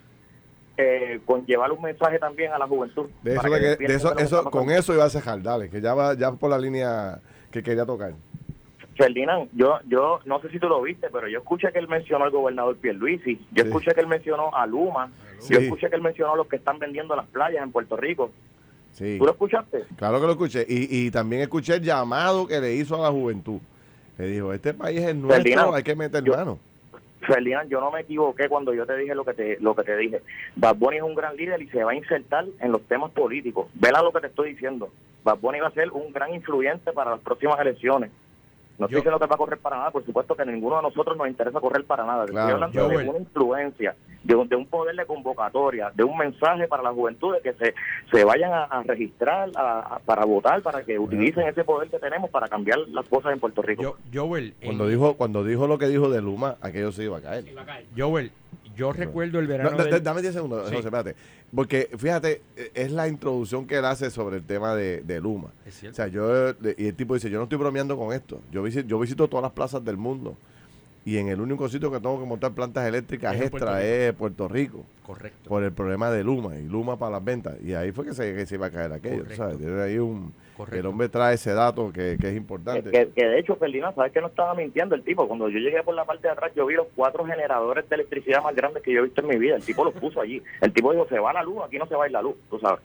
Eh, con llevar un mensaje también a la juventud? De eso, que que, de eso, eso con eso iba a cejar, dale, que ya va ya por la línea que quería tocar. Ferdinand, yo yo no sé si tú lo viste, pero yo escuché que él mencionó al gobernador Pierluisi, yo sí. escuché que él mencionó a Luma, sí. yo escuché que él mencionó a los que están vendiendo las playas en Puerto Rico. Sí. ¿Tú lo escuchaste? Claro que lo escuché, y, y también escuché el llamado que le hizo a la juventud. Le dijo, este país es nuestro, Ferdinand, hay que meter yo, mano. Ferdinand, yo no me equivoqué cuando yo te dije lo que te lo que te dije. Bad Bunny es un gran líder y se va a insertar en los temas políticos. Vela lo que te estoy diciendo. Bad Bunny va a ser un gran influyente para las próximas elecciones. No estoy diciendo que va a correr para nada, por supuesto que a ninguno de nosotros nos interesa correr para nada. Claro, estoy hablando de bueno. una influencia, de un, de un poder de convocatoria, de un mensaje para la juventud de que se, se vayan a, a registrar a, a, para votar, para que bueno. utilicen ese poder que tenemos para cambiar las cosas en Puerto Rico. Yo, Joel, cuando en... dijo cuando dijo lo que dijo de Luma, aquello se iba a caer. Iba a caer. Joel, yo recuerdo el verano. No, del... Dame diez segundos, sí. José, espérate. Porque fíjate, es la introducción que él hace sobre el tema de, de Luma. Es cierto. O sea, yo, y el tipo dice, yo no estoy bromeando con esto. Yo visito, yo visito todas las plazas del mundo. Y en el único sitio que tengo que montar plantas eléctricas es extra Puerto es Puerto Rico. Correcto. Por el problema de Luma. Y Luma para las ventas. Y ahí fue que se, que se iba a caer aquello. ¿Sabes? Tiene ahí un... Correcto. El hombre trae ese dato que, que es importante. Que, que de hecho, Ferdinand, ¿sabes que no estaba mintiendo el tipo? Cuando yo llegué por la parte de atrás, yo vi los cuatro generadores de electricidad más grandes que yo he visto en mi vida. El tipo los puso allí. El tipo dijo, se va la luz, aquí no se va a ir la luz, tú sabes.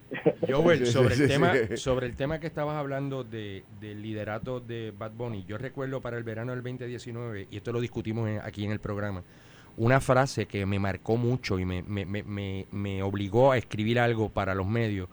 Joel, sobre el tema sobre el tema que estabas hablando de, del liderato de Bad Bunny, yo recuerdo para el verano del veinte diecinueve, y esto lo discutimos en, aquí en el programa, una frase que me marcó mucho y me, me, me, me, me obligó a escribir algo para los medios,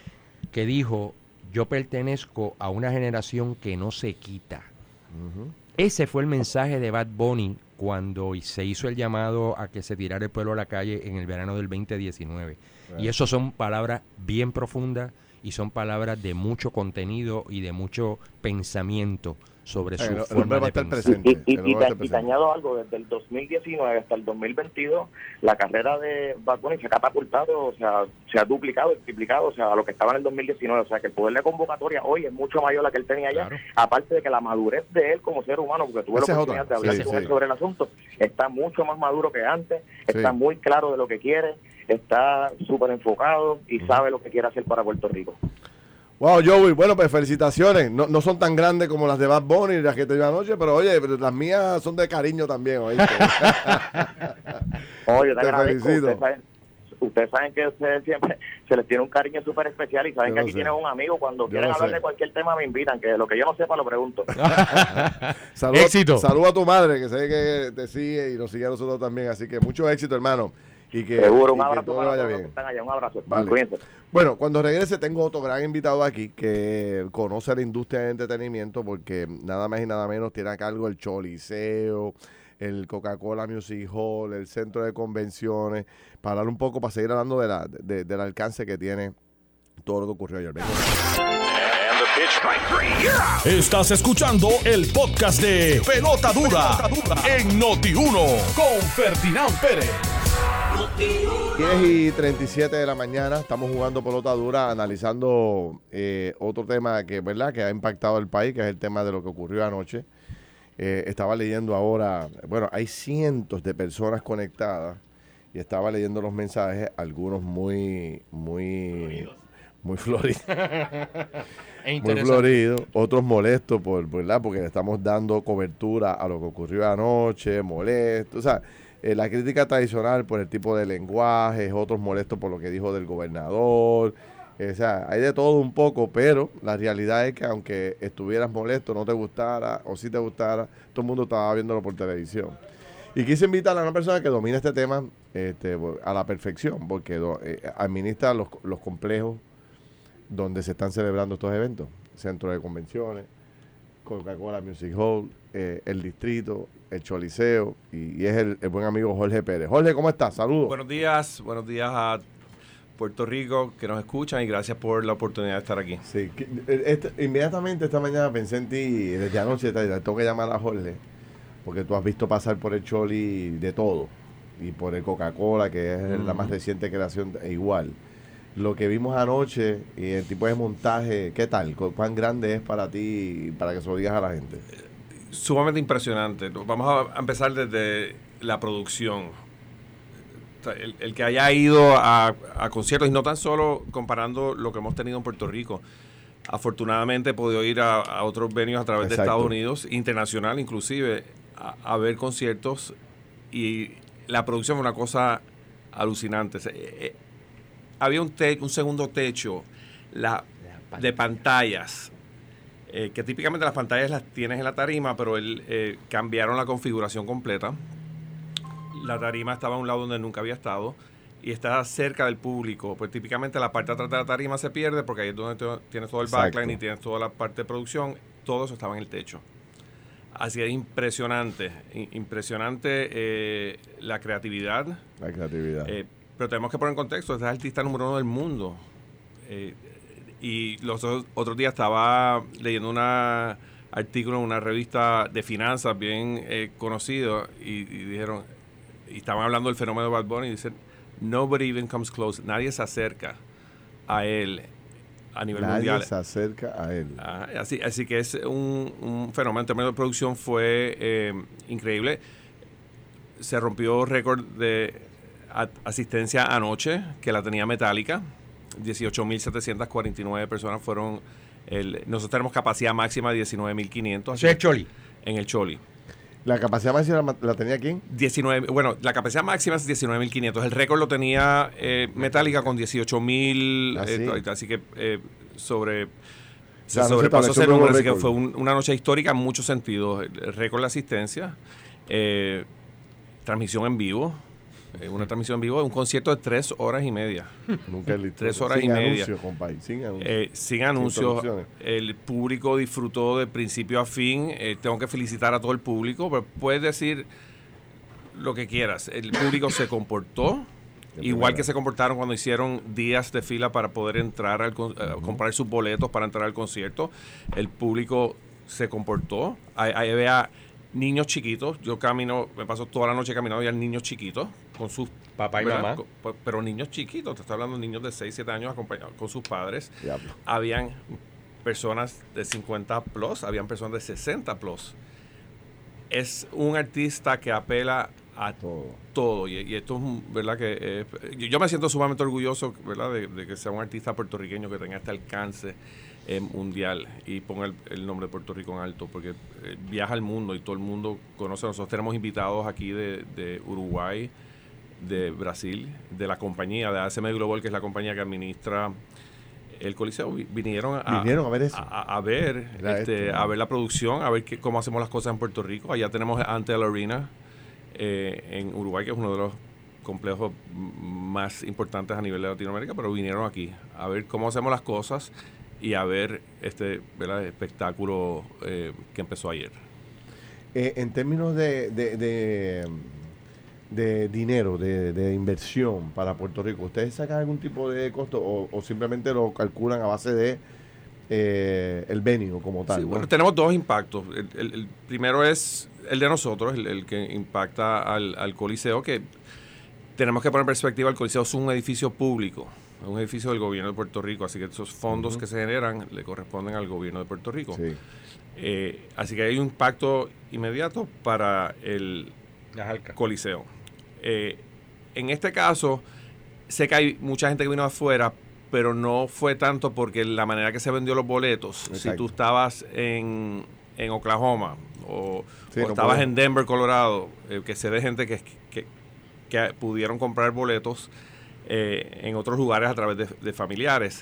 que dijo, yo pertenezco a una generación que no se quita. Uh-huh. Ese fue el mensaje de Bad Bunny cuando se hizo el llamado a que se tirara el pueblo a la calle en el verano del veinte diecinueve. Right. Y eso son palabras bien profundas y son palabras de mucho contenido y de mucho pensamiento sobre su el, forma el de estar pensar. Presente, y, y, y, te, y te añado algo, desde el dos mil diecinueve hasta el dos mil veintidós, la carrera de Bad Bunny se ha catapultado, o sea, se ha duplicado y triplicado, o sea, a lo que estaba en el dos mil diecinueve, o sea, que el poder de convocatoria hoy es mucho mayor a la que él tenía allá, claro. Aparte de que la madurez de él como ser humano, porque tuve Esa la oportunidad de hablar sí, con sí. él sobre el asunto, está mucho más maduro que antes, sí. está muy claro de lo que quiere, está súper enfocado y uh-huh. sabe lo que quiere hacer para Puerto Rico. Wow, Joey, bueno, pues felicitaciones. No, no son tan grandes como las de Bad Bunny y las que te dio anoche, pero oye, las mías son de cariño también, ¿oíste? Oye, te, te agradezco. Ustedes saben, ustedes saben que ustedes siempre se les tiene un cariño súper especial y saben Yo que no aquí sé. tienen un amigo. Cuando Yo quieren no hablar sé. de cualquier tema me invitan, que lo que yo no sepa lo pregunto. Saludos, Éxito. Saludos a tu madre, que sé que te sigue y nos sigue a nosotros también. Así que mucho éxito, hermano. Y que, Seguro, un y que abrazo todo para vaya todos los bien. que están allá, un abrazo. Vale. Cuídense. Bueno, cuando regrese tengo otro gran invitado aquí que conoce la industria del entretenimiento porque nada más y nada menos tiene a cargo el Choliseo, el Coca-Cola Music Hall, el centro de convenciones, para hablar un poco, para seguir hablando de la, de, del alcance que tiene todo lo que ocurrió ayer. Venga. Estás escuchando el podcast de Pelota Dura, en Noti uno con Ferdinand Pérez. diez y treinta y siete de la mañana, estamos jugando pelota dura, analizando eh, otro tema que, ¿verdad? que ha impactado al país, que es el tema de lo que ocurrió anoche. Eh, estaba leyendo ahora, bueno, hay cientos de personas conectadas y estaba leyendo los mensajes, algunos muy, muy, muy floridos. Muy florido, otros molestos por, ¿verdad? Porque le estamos dando cobertura a lo que ocurrió anoche, molestos, o sea, eh, la crítica tradicional por el tipo de lenguaje, otros molestos por lo que dijo del gobernador, eh, o sea, hay de todo un poco, pero la realidad es que aunque estuvieras molesto, no te gustara o si te gustara, todo el mundo estaba viéndolo por televisión. Y quise invitar a una persona que domina este tema este, a la perfección, porque eh, administra los, los complejos donde se están celebrando estos eventos, centro de convenciones, Coca-Cola Music Hall, eh, el distrito, el Choliseo, y, y es el, el buen amigo Jorge Pérez. Jorge, ¿cómo estás? Saludos. Buenos días, buenos días a Puerto Rico que nos escuchan y gracias por la oportunidad de estar aquí. Sí, que, este, inmediatamente esta mañana pensé en ti y desde anoche te, te tengo que llamar a Jorge, porque tú has visto pasar por el Choli de todo, y por el Coca-Cola, que es mm. la más reciente creación, e igual. Lo que vimos anoche y el tipo de montaje, ¿qué tal? ¿Cuán grande es para ti, para que se lo digas a la gente? Sumamente impresionante. Vamos a empezar desde la producción. El, el que haya ido a, a conciertos, y no tan solo comparando lo que hemos tenido en Puerto Rico. Afortunadamente he podido ir a, a otros venues a través Exacto. de Estados Unidos, internacional inclusive, a, a ver conciertos, y la producción fue una cosa alucinante. Eh, Había un, te- un segundo techo la, de pantallas, eh, que típicamente las pantallas las tienes en la tarima, pero el, eh, cambiaron la configuración completa. La tarima estaba a un lado donde nunca había estado y está cerca del público. Pues típicamente la parte de atrás de la tarima se pierde porque ahí es donde te, tienes todo el Exacto. backline y tienes toda la parte de producción. Todo eso estaba en el techo. Así es impresionante, impresionante eh, la creatividad. La creatividad. Eh, Pero tenemos que poner en contexto, este es el artista número uno del mundo. Eh, y los otros, otros días estaba leyendo un artículo en una revista de finanzas bien eh, conocido y, y dijeron, y estaban hablando del fenómeno de Bad Bunny y dicen, nobody even comes close, nadie se acerca a él a nivel nadie mundial. Nadie se acerca a él. Ah, así, así que es un, un fenómeno. En términos de producción fue eh, increíble. Se rompió récord de asistencia anoche, que la tenía Metallica. dieciocho mil setecientas cuarenta y nueve personas fueron. El, nosotros tenemos capacidad máxima de diecinueve mil quinientos. ¿Eso es el Choli? En el Choli. ¿La capacidad máxima la, la tenía quién? diecinueve, bueno, la capacidad máxima es diecinueve mil quinientos. El récord lo tenía eh, Metallica con dieciocho mil. ¿Ah, sí? eh, así que eh, sobre. O Se sea, sobrepasó no ese número, así que récord. fue un, una noche histórica en muchos sentidos. El récord de asistencia, eh, transmisión en vivo. Una transmisión en vivo, un concierto de tres horas y media. Nunca he visto. Tres horas sin y media. Anuncios, compadre, sin anuncios. Eh, sin anuncios. Sin el público disfrutó de principio a fin. Eh, tengo que felicitar a todo el público, pero puedes decir lo que quieras. El público se comportó igual que se comportaron cuando hicieron días de fila para poder entrar al uh, uh-huh. comprar sus boletos para entrar al concierto. El público se comportó. Ahí, ahí vea niños chiquitos. Yo camino, me paso toda la noche caminando y hay niños chiquitos con sus papá y ¿verdad? mamá. Con, pero niños chiquitos, te estoy hablando de niños de seis, siete años acompañados con sus padres. Diablo. Habían personas de cincuenta plus, habían personas de sesenta plus. Es un artista que apela a todo, todo. Y, y esto es verdad que eh, yo me siento sumamente orgulloso, ¿verdad? De, de que sea un artista puertorriqueño que tenga este alcance eh, mundial y ponga el, el nombre de Puerto Rico en alto, porque eh, viaja al mundo y todo el mundo conoce. Nosotros tenemos invitados aquí de, de Uruguay, de Brasil, de la compañía de A S M Global, que es la compañía que administra el Coliseo. Vinieron a, Vinieron a ver eso. A, a ver, este, a ver la producción, a ver qué, cómo hacemos las cosas en Puerto Rico. Allá tenemos Antel Arena eh, en Uruguay, que es uno de los complejos más importantes a nivel de Latinoamérica, pero vinieron aquí a ver cómo hacemos las cosas y a ver este ¿verdad? espectáculo eh, que empezó ayer. Eh, en términos de, de, de, de dinero, de, de inversión para Puerto Rico, ¿ustedes sacan algún tipo de costo o, o simplemente lo calculan a base de eh, el venue como tal? Sí, ¿no? Bueno, tenemos dos impactos. El, el, el primero es el de nosotros, el, el que impacta al, al Coliseo, que tenemos que poner en perspectiva, el Coliseo es un edificio público, es un edificio del gobierno de Puerto Rico, así que esos fondos uh-huh. que se generan le corresponden al gobierno de Puerto Rico. Sí. Eh, así que hay un impacto inmediato para el Coliseo. Eh, en este caso, sé que hay mucha gente que vino de afuera, pero no fue tanto porque la manera que se vendió los boletos, exacto. Si tú estabas en, en Oklahoma o, sí, o no estabas puedo. en Denver, Colorado, eh, que sé de gente que, que, que pudieron comprar boletos eh, en otros lugares a través de, de familiares.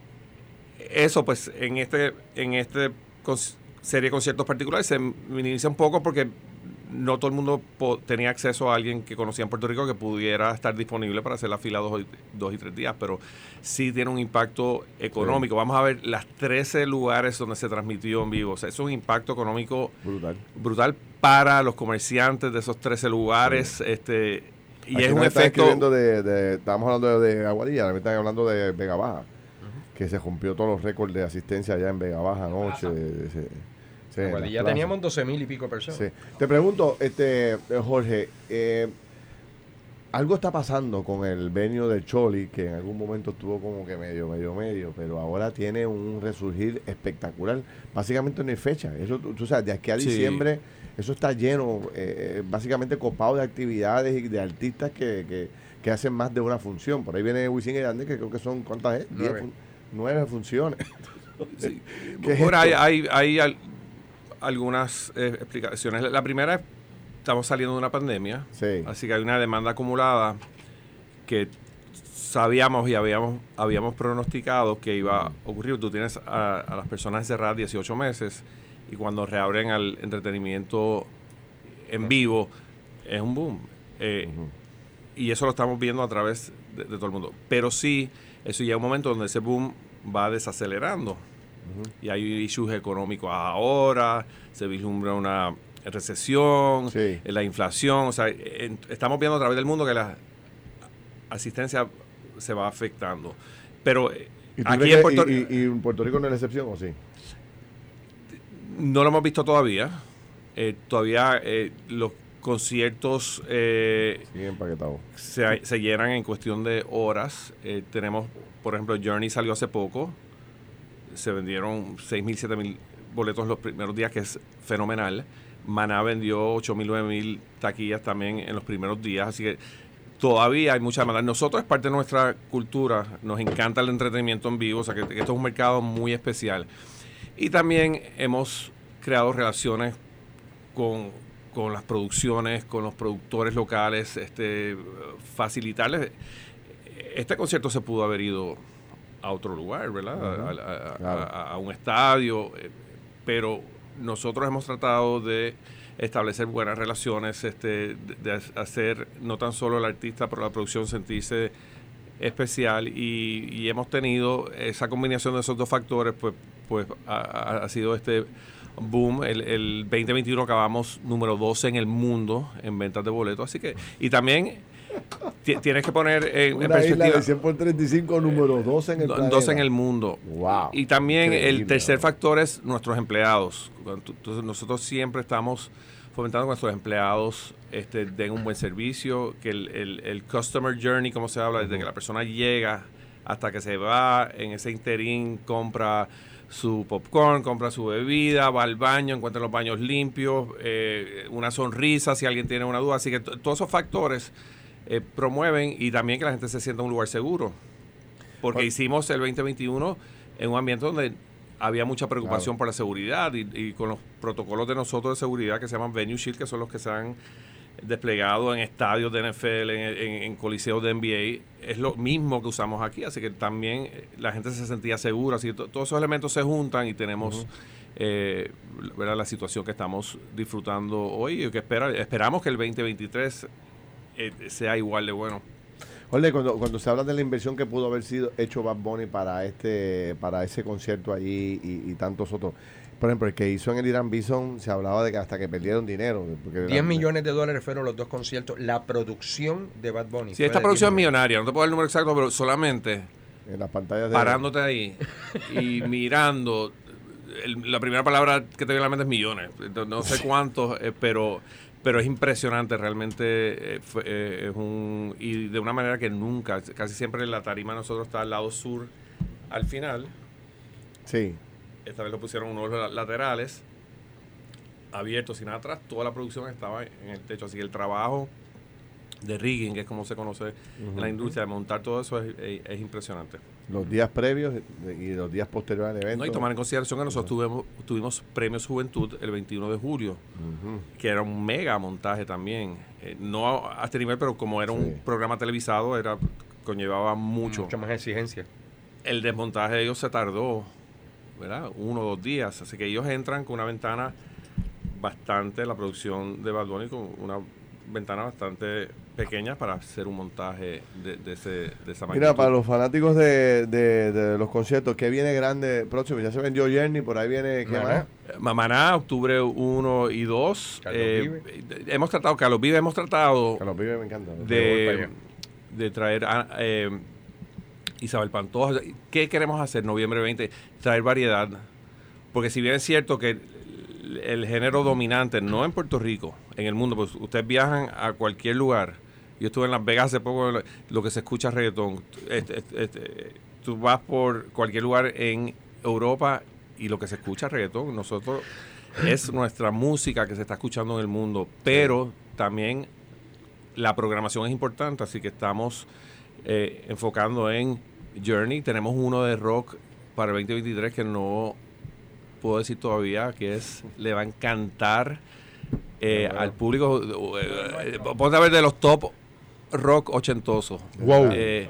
Eso, pues, en este, en este serie de conciertos particulares se minimiza un poco porque no todo el mundo po- tenía acceso a alguien que conocía en Puerto Rico que pudiera estar disponible para hacer la fila dos, dos y tres días, pero sí tiene un impacto económico. Sí. Vamos a ver las trece lugares donde se transmitió en vivo. O sea, es un impacto económico brutal, brutal para los comerciantes de esos trece lugares. Sí. Este, y Aquí es un están efecto... escribiendo de, de, estábamos hablando de, de Aguadilla, me están hablando de Vega Baja, uh-huh. que se rompió todos los récords de asistencia allá en Vega Baja anoche. De, de, de, Sí, bueno, ya teníamos doce mil y pico personas. Sí. Te pregunto, este Jorge, eh, algo está pasando con el venue del Choli, que en algún momento estuvo como que medio, medio, medio, pero ahora tiene un resurgir espectacular. Básicamente no hay fecha. Eso, tú, tú sabes, de aquí a sí. diciembre, eso está lleno, eh, básicamente copado de actividades y de artistas que, que, que hacen más de una función. Por ahí viene Wisin y Yandel, que creo que son, ¿cuántas es? Nueve. Diez, nueve funciones. Sí. Bueno, hay, hay, hay al, algunas eh, explicaciones. La primera es, estamos saliendo de una pandemia, sí. así que hay una demanda acumulada que sabíamos y habíamos habíamos pronosticado que iba a ocurrir. Tú tienes a, a las personas encerradas dieciocho meses y cuando reabren al entretenimiento en vivo es un boom. Eh, uh-huh. Y eso lo estamos viendo a través de, de todo el mundo. Pero sí, eso llega un momento donde ese boom va desacelerando. Uh-huh. Y hay issues económicos ahora, se vislumbra una recesión, sí. la inflación, o sea, en, estamos viendo a través del mundo que la asistencia se va afectando. Pero aquí en Puerto Rico... ¿Y, y, ¿Y Puerto Rico no es la excepción o sí? No lo hemos visto todavía. Eh, todavía eh, los conciertos eh, se, se llenan en cuestión de horas. Eh, tenemos, por ejemplo, Journey salió hace poco. Se vendieron seis mil, siete mil boletos los primeros días, que es fenomenal. Maná vendió ocho mil, nueve mil taquillas también en los primeros días. Así que todavía hay mucha demanda. Nosotros, es parte de nuestra cultura, nos encanta el entretenimiento en vivo. O sea, que, que esto es un mercado muy especial. Y también hemos creado relaciones con, con las producciones, con los productores locales, este, facilitarles. Este concierto se pudo haber ido a otro lugar, ¿verdad? Uh-huh. a, a, a, claro. a, a un estadio, eh, pero nosotros hemos tratado de establecer buenas relaciones, este, de, de hacer no tan solo el artista, pero la producción sentirse especial y, y hemos tenido esa combinación de esos dos factores, pues, pues ha, ha sido este boom. El, el veinte veintiuno acabamos número doce en el mundo en ventas de boletos, así que, y también t- tienes que poner en, en perspectiva. Isla de cien por treinta y cinco, número doce en el planeta. doce en el mundo. Wow. Y también increíble, el tercer ¿no? factor es nuestros empleados. Entonces nosotros siempre estamos fomentando que nuestros empleados este, den un buen servicio, que el, el, el customer journey, como se habla, uh-huh. desde que la persona llega hasta que se va, en ese interín compra su popcorn, compra su bebida, va al baño, encuentra los baños limpios, eh, una sonrisa si alguien tiene una duda. Así que t- todos esos factores eh, promueven y también que la gente se sienta en un lugar seguro. Porque bueno. hicimos el veinte veintiuno en un ambiente donde había mucha preocupación claro. por la seguridad y, y con los protocolos de nosotros de seguridad que se llaman Venue Shield, que son los que se han desplegado en estadios de N F L, en, en, en coliseos de N B A, es lo mismo que usamos aquí, así que también la gente se sentía segura, así que to, todos esos elementos se juntan y tenemos uh-huh. eh, ¿verdad? La situación que estamos disfrutando hoy y que espera, esperamos que el veinte veintitrés eh, sea igual de bueno. Ole, cuando, cuando se habla de la inversión que pudo haber sido hecho Bad Bunny para este para ese concierto allí y, y tantos otros, por ejemplo, el que hizo en el Irán Bison, se hablaba de que hasta que perdieron dinero. diez millones de dólares fueron los dos conciertos. La producción de Bad Bunny. Sí, esta producción es millonaria. No te puedo dar el número exacto, pero solamente en las pantallas de parándote ahí y mirando, el, la primera palabra que te viene a la mente es millones. No sé cuántos, eh, pero pero es impresionante. Realmente eh, fue, eh, es un... Y de una manera que nunca, casi siempre la tarima de nosotros está al lado sur, al final. Sí. Esta vez lo pusieron unos laterales abiertos sin atrás. Toda la producción estaba en el techo. Así que el trabajo de rigging, que es como se conoce uh-huh. en la industria, de montar todo eso es, es, es impresionante. Los días previos y los días posteriores al evento. No, y tomar en consideración que nosotros uh-huh. tuvimos, tuvimos Premios Juventud el veintiuno de julio, uh-huh. que era un mega montaje también. Eh, no a, a este nivel, pero como era sí. un programa televisado, era conllevaba mucho. Mucha más exigencia. El desmontaje de ellos se tardó, ¿verdad? Uno o dos días. Así que ellos entran con una ventana bastante, la producción de Bad Bunny, con una ventana bastante pequeña para hacer un montaje de, de, ese, de esa magnitud. Mira, para los fanáticos de, de, de los conciertos, ¿qué viene grande próximo? Ya se vendió Journey, por ahí viene, ¿qué Maná? más? Maná, octubre uno y dos. Eh, hemos tratado, Carlos Vive, hemos tratado Carlos Vive me encanta. De, de traer a eh, Isabel Pantoja. ¿Qué queremos hacer noviembre veinte? Traer variedad. Porque si bien es cierto que el, el género dominante, no en Puerto Rico, en el mundo, pues ustedes viajan a cualquier lugar. Yo estuve en Las Vegas hace poco, lo que se escucha reggaetón. Este, este, este, tú vas por cualquier lugar en Europa y lo que se escucha reggaetón. Nosotros es nuestra música que se está escuchando en el mundo, pero también la programación es importante, así que estamos eh, enfocando en Journey. Tenemos uno de rock para el veinte veintitrés que no puedo decir todavía, que es le va a encantar eh, al público. Eh, ponte a ver de los top rock ochentosos. Wow. Eh,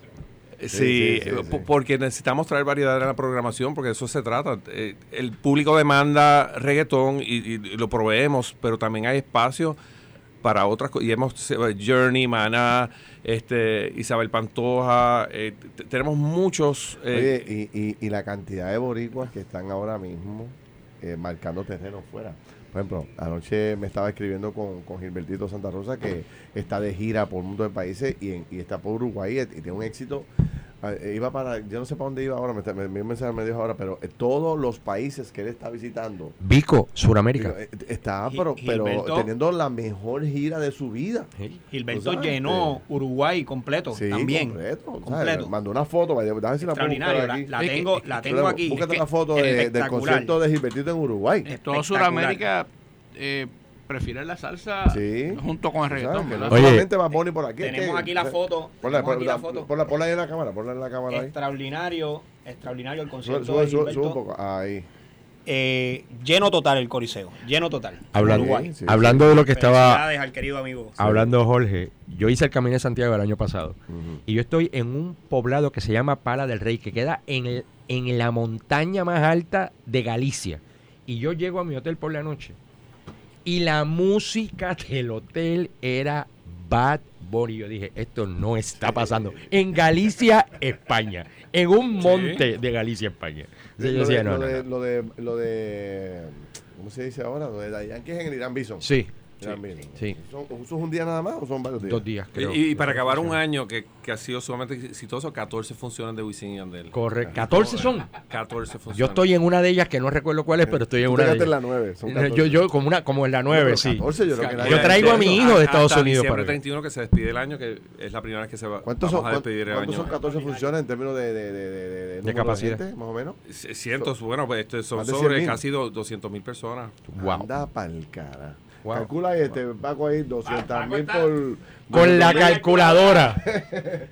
sí, sí, sí, sí, sí, porque necesitamos traer variedad en la programación, porque de eso se trata. Eh, el público demanda reggaetón y, y lo proveemos, pero también hay espacio para otras cosas. Y hemos Journey, Maná, este, Isabel Pantoja, eh, t- tenemos muchos. Eh, Oye, y, y, y la cantidad de boricuas que están ahora mismo eh, marcando terreno fuera. Por ejemplo, anoche me estaba escribiendo con, con Gilbertito Santa Rosa, que está de gira por un montón de países y, en, y está por Uruguay y, y tiene un éxito. Eh, iba para, yo no sé para dónde iba ahora, me, me, me, mensaje me dijo ahora, pero eh, todos los países que él está visitando. Vico, Suramérica. Eh, está, pero, pero teniendo la mejor gira de su vida. Gilberto llenó eh, Uruguay completo sí, también. completo. completo. Mandó una foto, déjame ver si la puedo buscar aquí. La, la tengo, la tengo aquí. Búscate la foto de, del concierto de Gilbertito en Uruguay. Todo Suramérica eh, prefieren la salsa sí. junto con el reggaetón. No solamente va Bonnie por aquí. Tenemos aquí la foto. Ponla, ponla, aquí la foto. Ponla, ponla ahí en la cámara. Ponla en la cámara ahí. Extraordinario, extraordinario el concierto sube, de sube, Gilberto. sube un poco. Ahí. Eh, lleno total el Coliseo, lleno total. Hablando, sí, sí, hablando sí. de lo que estaba al querido amigo. Hablando Jorge, yo hice el Camino de Santiago el año pasado uh-huh. y yo estoy en un poblado que se llama Pala del Rey, que queda en, el, en la montaña más alta de Galicia. Y yo llego a mi hotel por la noche y la música del hotel era Bad Bunny. Yo dije, esto no está pasando. En Galicia, España. En un monte ¿Sí? de Galicia, España. Entonces, lo, yo decía, de, no, lo, no, de, no. lo de lo de ¿cómo se dice ahora? Lo de Dayan, que es en el Irán Bison. Sí. Sí, sí. ¿Son, ¿Son un día nada más o son varios días? Dos días, creo. Y, y para acabar un año que, que ha sido sumamente exitoso, catorce funciones de Wisin y Yandel. Correcto. ¿catorce son? catorce funciones. Yo estoy en una de ellas que no recuerdo cuál es, pero estoy en una de ellas. en la nueve. Son yo, yo como, una, como en la nueve, no, sí. catorce, yo, creo que yo traigo a mi hijo de Estados hasta Unidos para treinta y uno que se despide el año, que es la primera vez que se va ¿Cuántos vamos son, a despedir el año. ¿Cuántos son catorce funciones en términos de, de, de, de, de, de capacidad? De gente, más o menos. Cientos, bueno, pues este, son sobre casi doscientos mil personas. Wow. Anda pa'l cara. Wow. Calcula este Paco ahí doscientos mil por... Con la calculadora.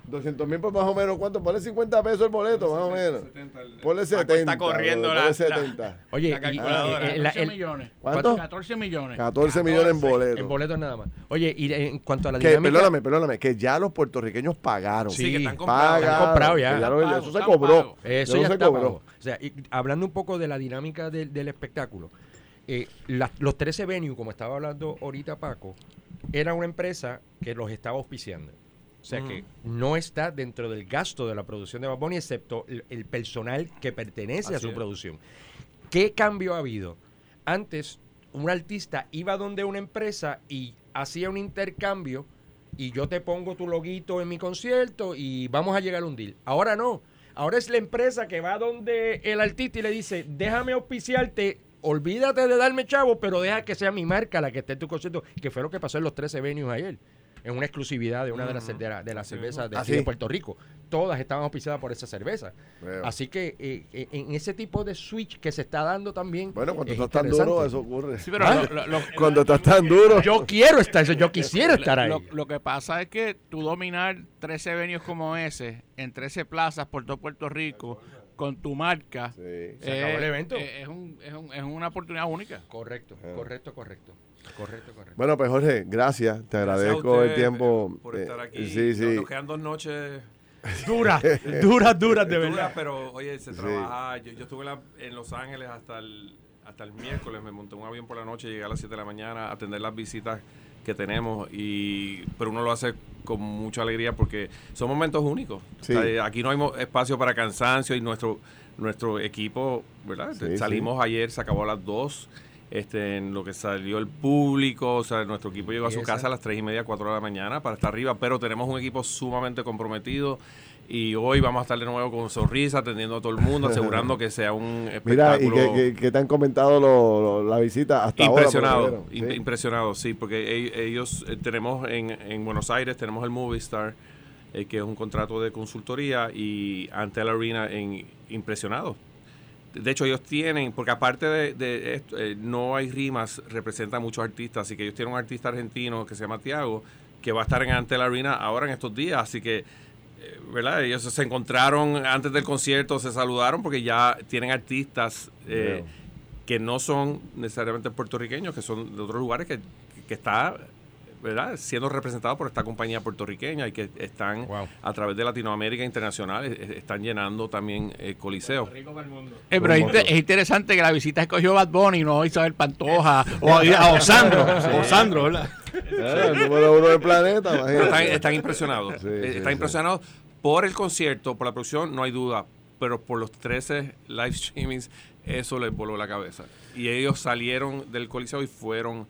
doscientos mil por más o menos, ¿cuánto? Ponle cincuenta pesos el boleto, más o menos. Ponle setenta. Está corriendo la, setenta. Oye, la calculadora. Y, eh, catorce millones. ¿Cuánto? catorce millones. catorce millones en boletos. En boletos nada más. Oye, y en cuanto a la que, dinámica... Perdóname, perdóname, que ya los puertorriqueños pagaron. Sí, Sí, que están comprados. Están comprados ya. que ya lo- Están eso se pagos, cobró. están pagos. Eso Eso ya se está cobró. pago. O sea, y hablando un poco de la dinámica del, del espectáculo, eh, la- los trece venues, como estaba hablando ahorita Paco, era una empresa que los estaba auspiciando. O sea que no está dentro del gasto de la producción de Bad Bunny, excepto el, el personal que pertenece a Así su es. producción. ¿Qué cambio ha habido? Antes, un artista iba donde una empresa y hacía un intercambio y yo te pongo tu loguito en mi concierto y vamos a llegar a un deal. Ahora no. Ahora es la empresa que va donde el artista y le dice, déjame auspiciarte, olvídate de darme chavo, pero deja que sea mi marca la que esté en tu concierto, que fue lo que pasó en los trece venues ayer, en una exclusividad de una de las, de la- de las Sí. cervezas de, ¿Ah, aquí sí? de Puerto Rico. Todas estaban auspiciadas por esa cerveza. Veo. Así que eh, eh, en ese tipo de switch que se está dando también. Bueno, cuando es estás tan interesante. duro, eso ocurre. Sí, pero ¿Ah? lo, lo- lo- Cuando estás tan duro. Yo quiero estar, yo quisiera estar ahí. Lo, lo que pasa es que tú dominar trece venues como ese, en trece plazas por todo Puerto Rico, con tu marca, Sí. Se acabó el evento. eh, es, un- es un- es una oportunidad única. Correcto, correcto, correcto. Correcto, correcto. Bueno, pues Jorge, gracias. Te Gracias a agradezco ustedes, el tiempo. eh, por eh, estar aquí. Sí, sí. Nos, nos quedan dos noches Duras, duras, duras, de duras, verdad. pero oye, se Sí. trabaja. Yo, yo estuve en, la- en Los Ángeles hasta el, hasta el miércoles, me monté un avión por la noche, llegué a las siete de la mañana a atender las visitas que tenemos, y pero uno lo hace con mucha alegría porque son momentos únicos. Sí. O sea, aquí no hay mo- espacio para cansancio y nuestro nuestro equipo, ¿verdad? Sí, Salimos ayer, se acabó a las dos. Este, en lo que salió el público, o sea, nuestro equipo llegó a Y su esa- casa a las tres y media, cuatro de la mañana para estar arriba, pero tenemos un equipo sumamente comprometido y hoy vamos a estar de nuevo con sonrisa, atendiendo a todo el mundo, asegurando que sea un Mira, ¿y espectáculo. qué, qué- qué te han comentado lo- lo- la visita hasta ahora? Impresionado, por lo que im- vieron? Sí. impresionado, sí, porque e- ellos eh, tenemos en, en Buenos Aires, tenemos el Movistar, eh, que es un contrato de consultoría, y Antel Arena en impresionado. De hecho, ellos tienen, porque aparte de, de esto, eh, No Hay Rimas representa a muchos artistas, así que ellos tienen un artista argentino que se llama Tiago, que va a estar en Antel Arena ahora en estos días, así que, eh, ¿verdad? Ellos se encontraron antes del concierto, se saludaron porque ya tienen artistas eh, Veo. que no son necesariamente puertorriqueños, que son de otros lugares que, que está, ¿verdad?, siendo representados por esta compañía puertorriqueña y que están Wow. a través de Latinoamérica Internacional, eh, eh, están llenando también eh, coliseos. Eh, pero es, inter- es interesante que la visita escogió Bad Bunny, no Isabel Pantoja o a, a Osandro. Osandro, ¿verdad? Eh, el número uno del planeta, Pero imagínate. están, están impresionados. Sí, Eh, sí, están sí. impresionados por el concierto, por la producción, no hay duda. Pero por los trece live streamings, eso les voló la cabeza. Y ellos salieron del coliseo y fueron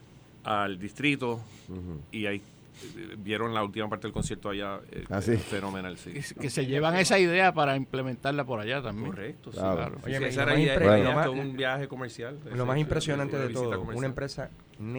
al distrito y ahí eh, vieron la última parte del concierto allá. eh, Ah, sí. eh, Fenomenal, sí. Que, que se llevan esa idea para implementarla por allá también. Correcto, sí, Claro. claro. Oye, Sí, lo esa más era idea, impre- era lo idea, más- todo un viaje comercial. Lo más Sí, impresionante una de visita todo, comercial. una empresa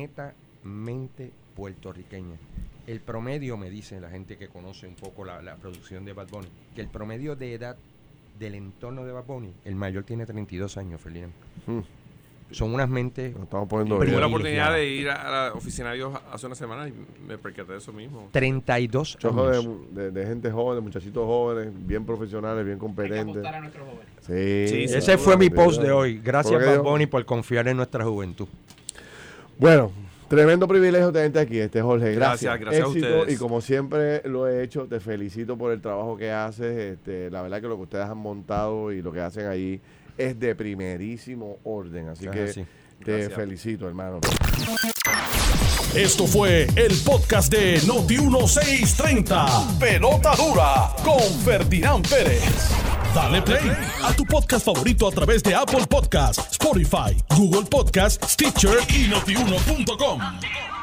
netamente puertorriqueña. El promedio, me dice la gente que conoce un poco la, la producción de Bad Bunny, que el promedio de edad del entorno de Bad Bunny, el mayor tiene treinta y dos años, Felipe. Hmm. Son unas mentes... Nos estamos poniendo Tuve bien. la oportunidad de ir a la oficina de ellos hace una semana y me percaté de eso mismo. treinta y dos Chojo años. de, de- de gente joven, de muchachitos jóvenes, bien profesionales, bien competentes. Sí, Sí, sí. Ese fue mi post de sí. hoy. Gracias, ¿Por qué Bad digo? Bunny, por confiar en nuestra juventud. Bueno, tremendo privilegio tenerte aquí, este Jorge. Gracias. Gracias, gracias a Éxito, ustedes. y como siempre lo he hecho, te felicito por el trabajo que haces. Este, la verdad que lo que ustedes han montado y lo que hacen ahí es de primerísimo orden. Así Ah, que sí. te Gracias. felicito, hermano. Esto fue el podcast de Noti dieciséis treinta. Pelota dura con Ferdinand Pérez. Dale play a tu podcast favorito a través de Apple Podcasts, Spotify, Google Podcasts, Stitcher y notiuno punto com.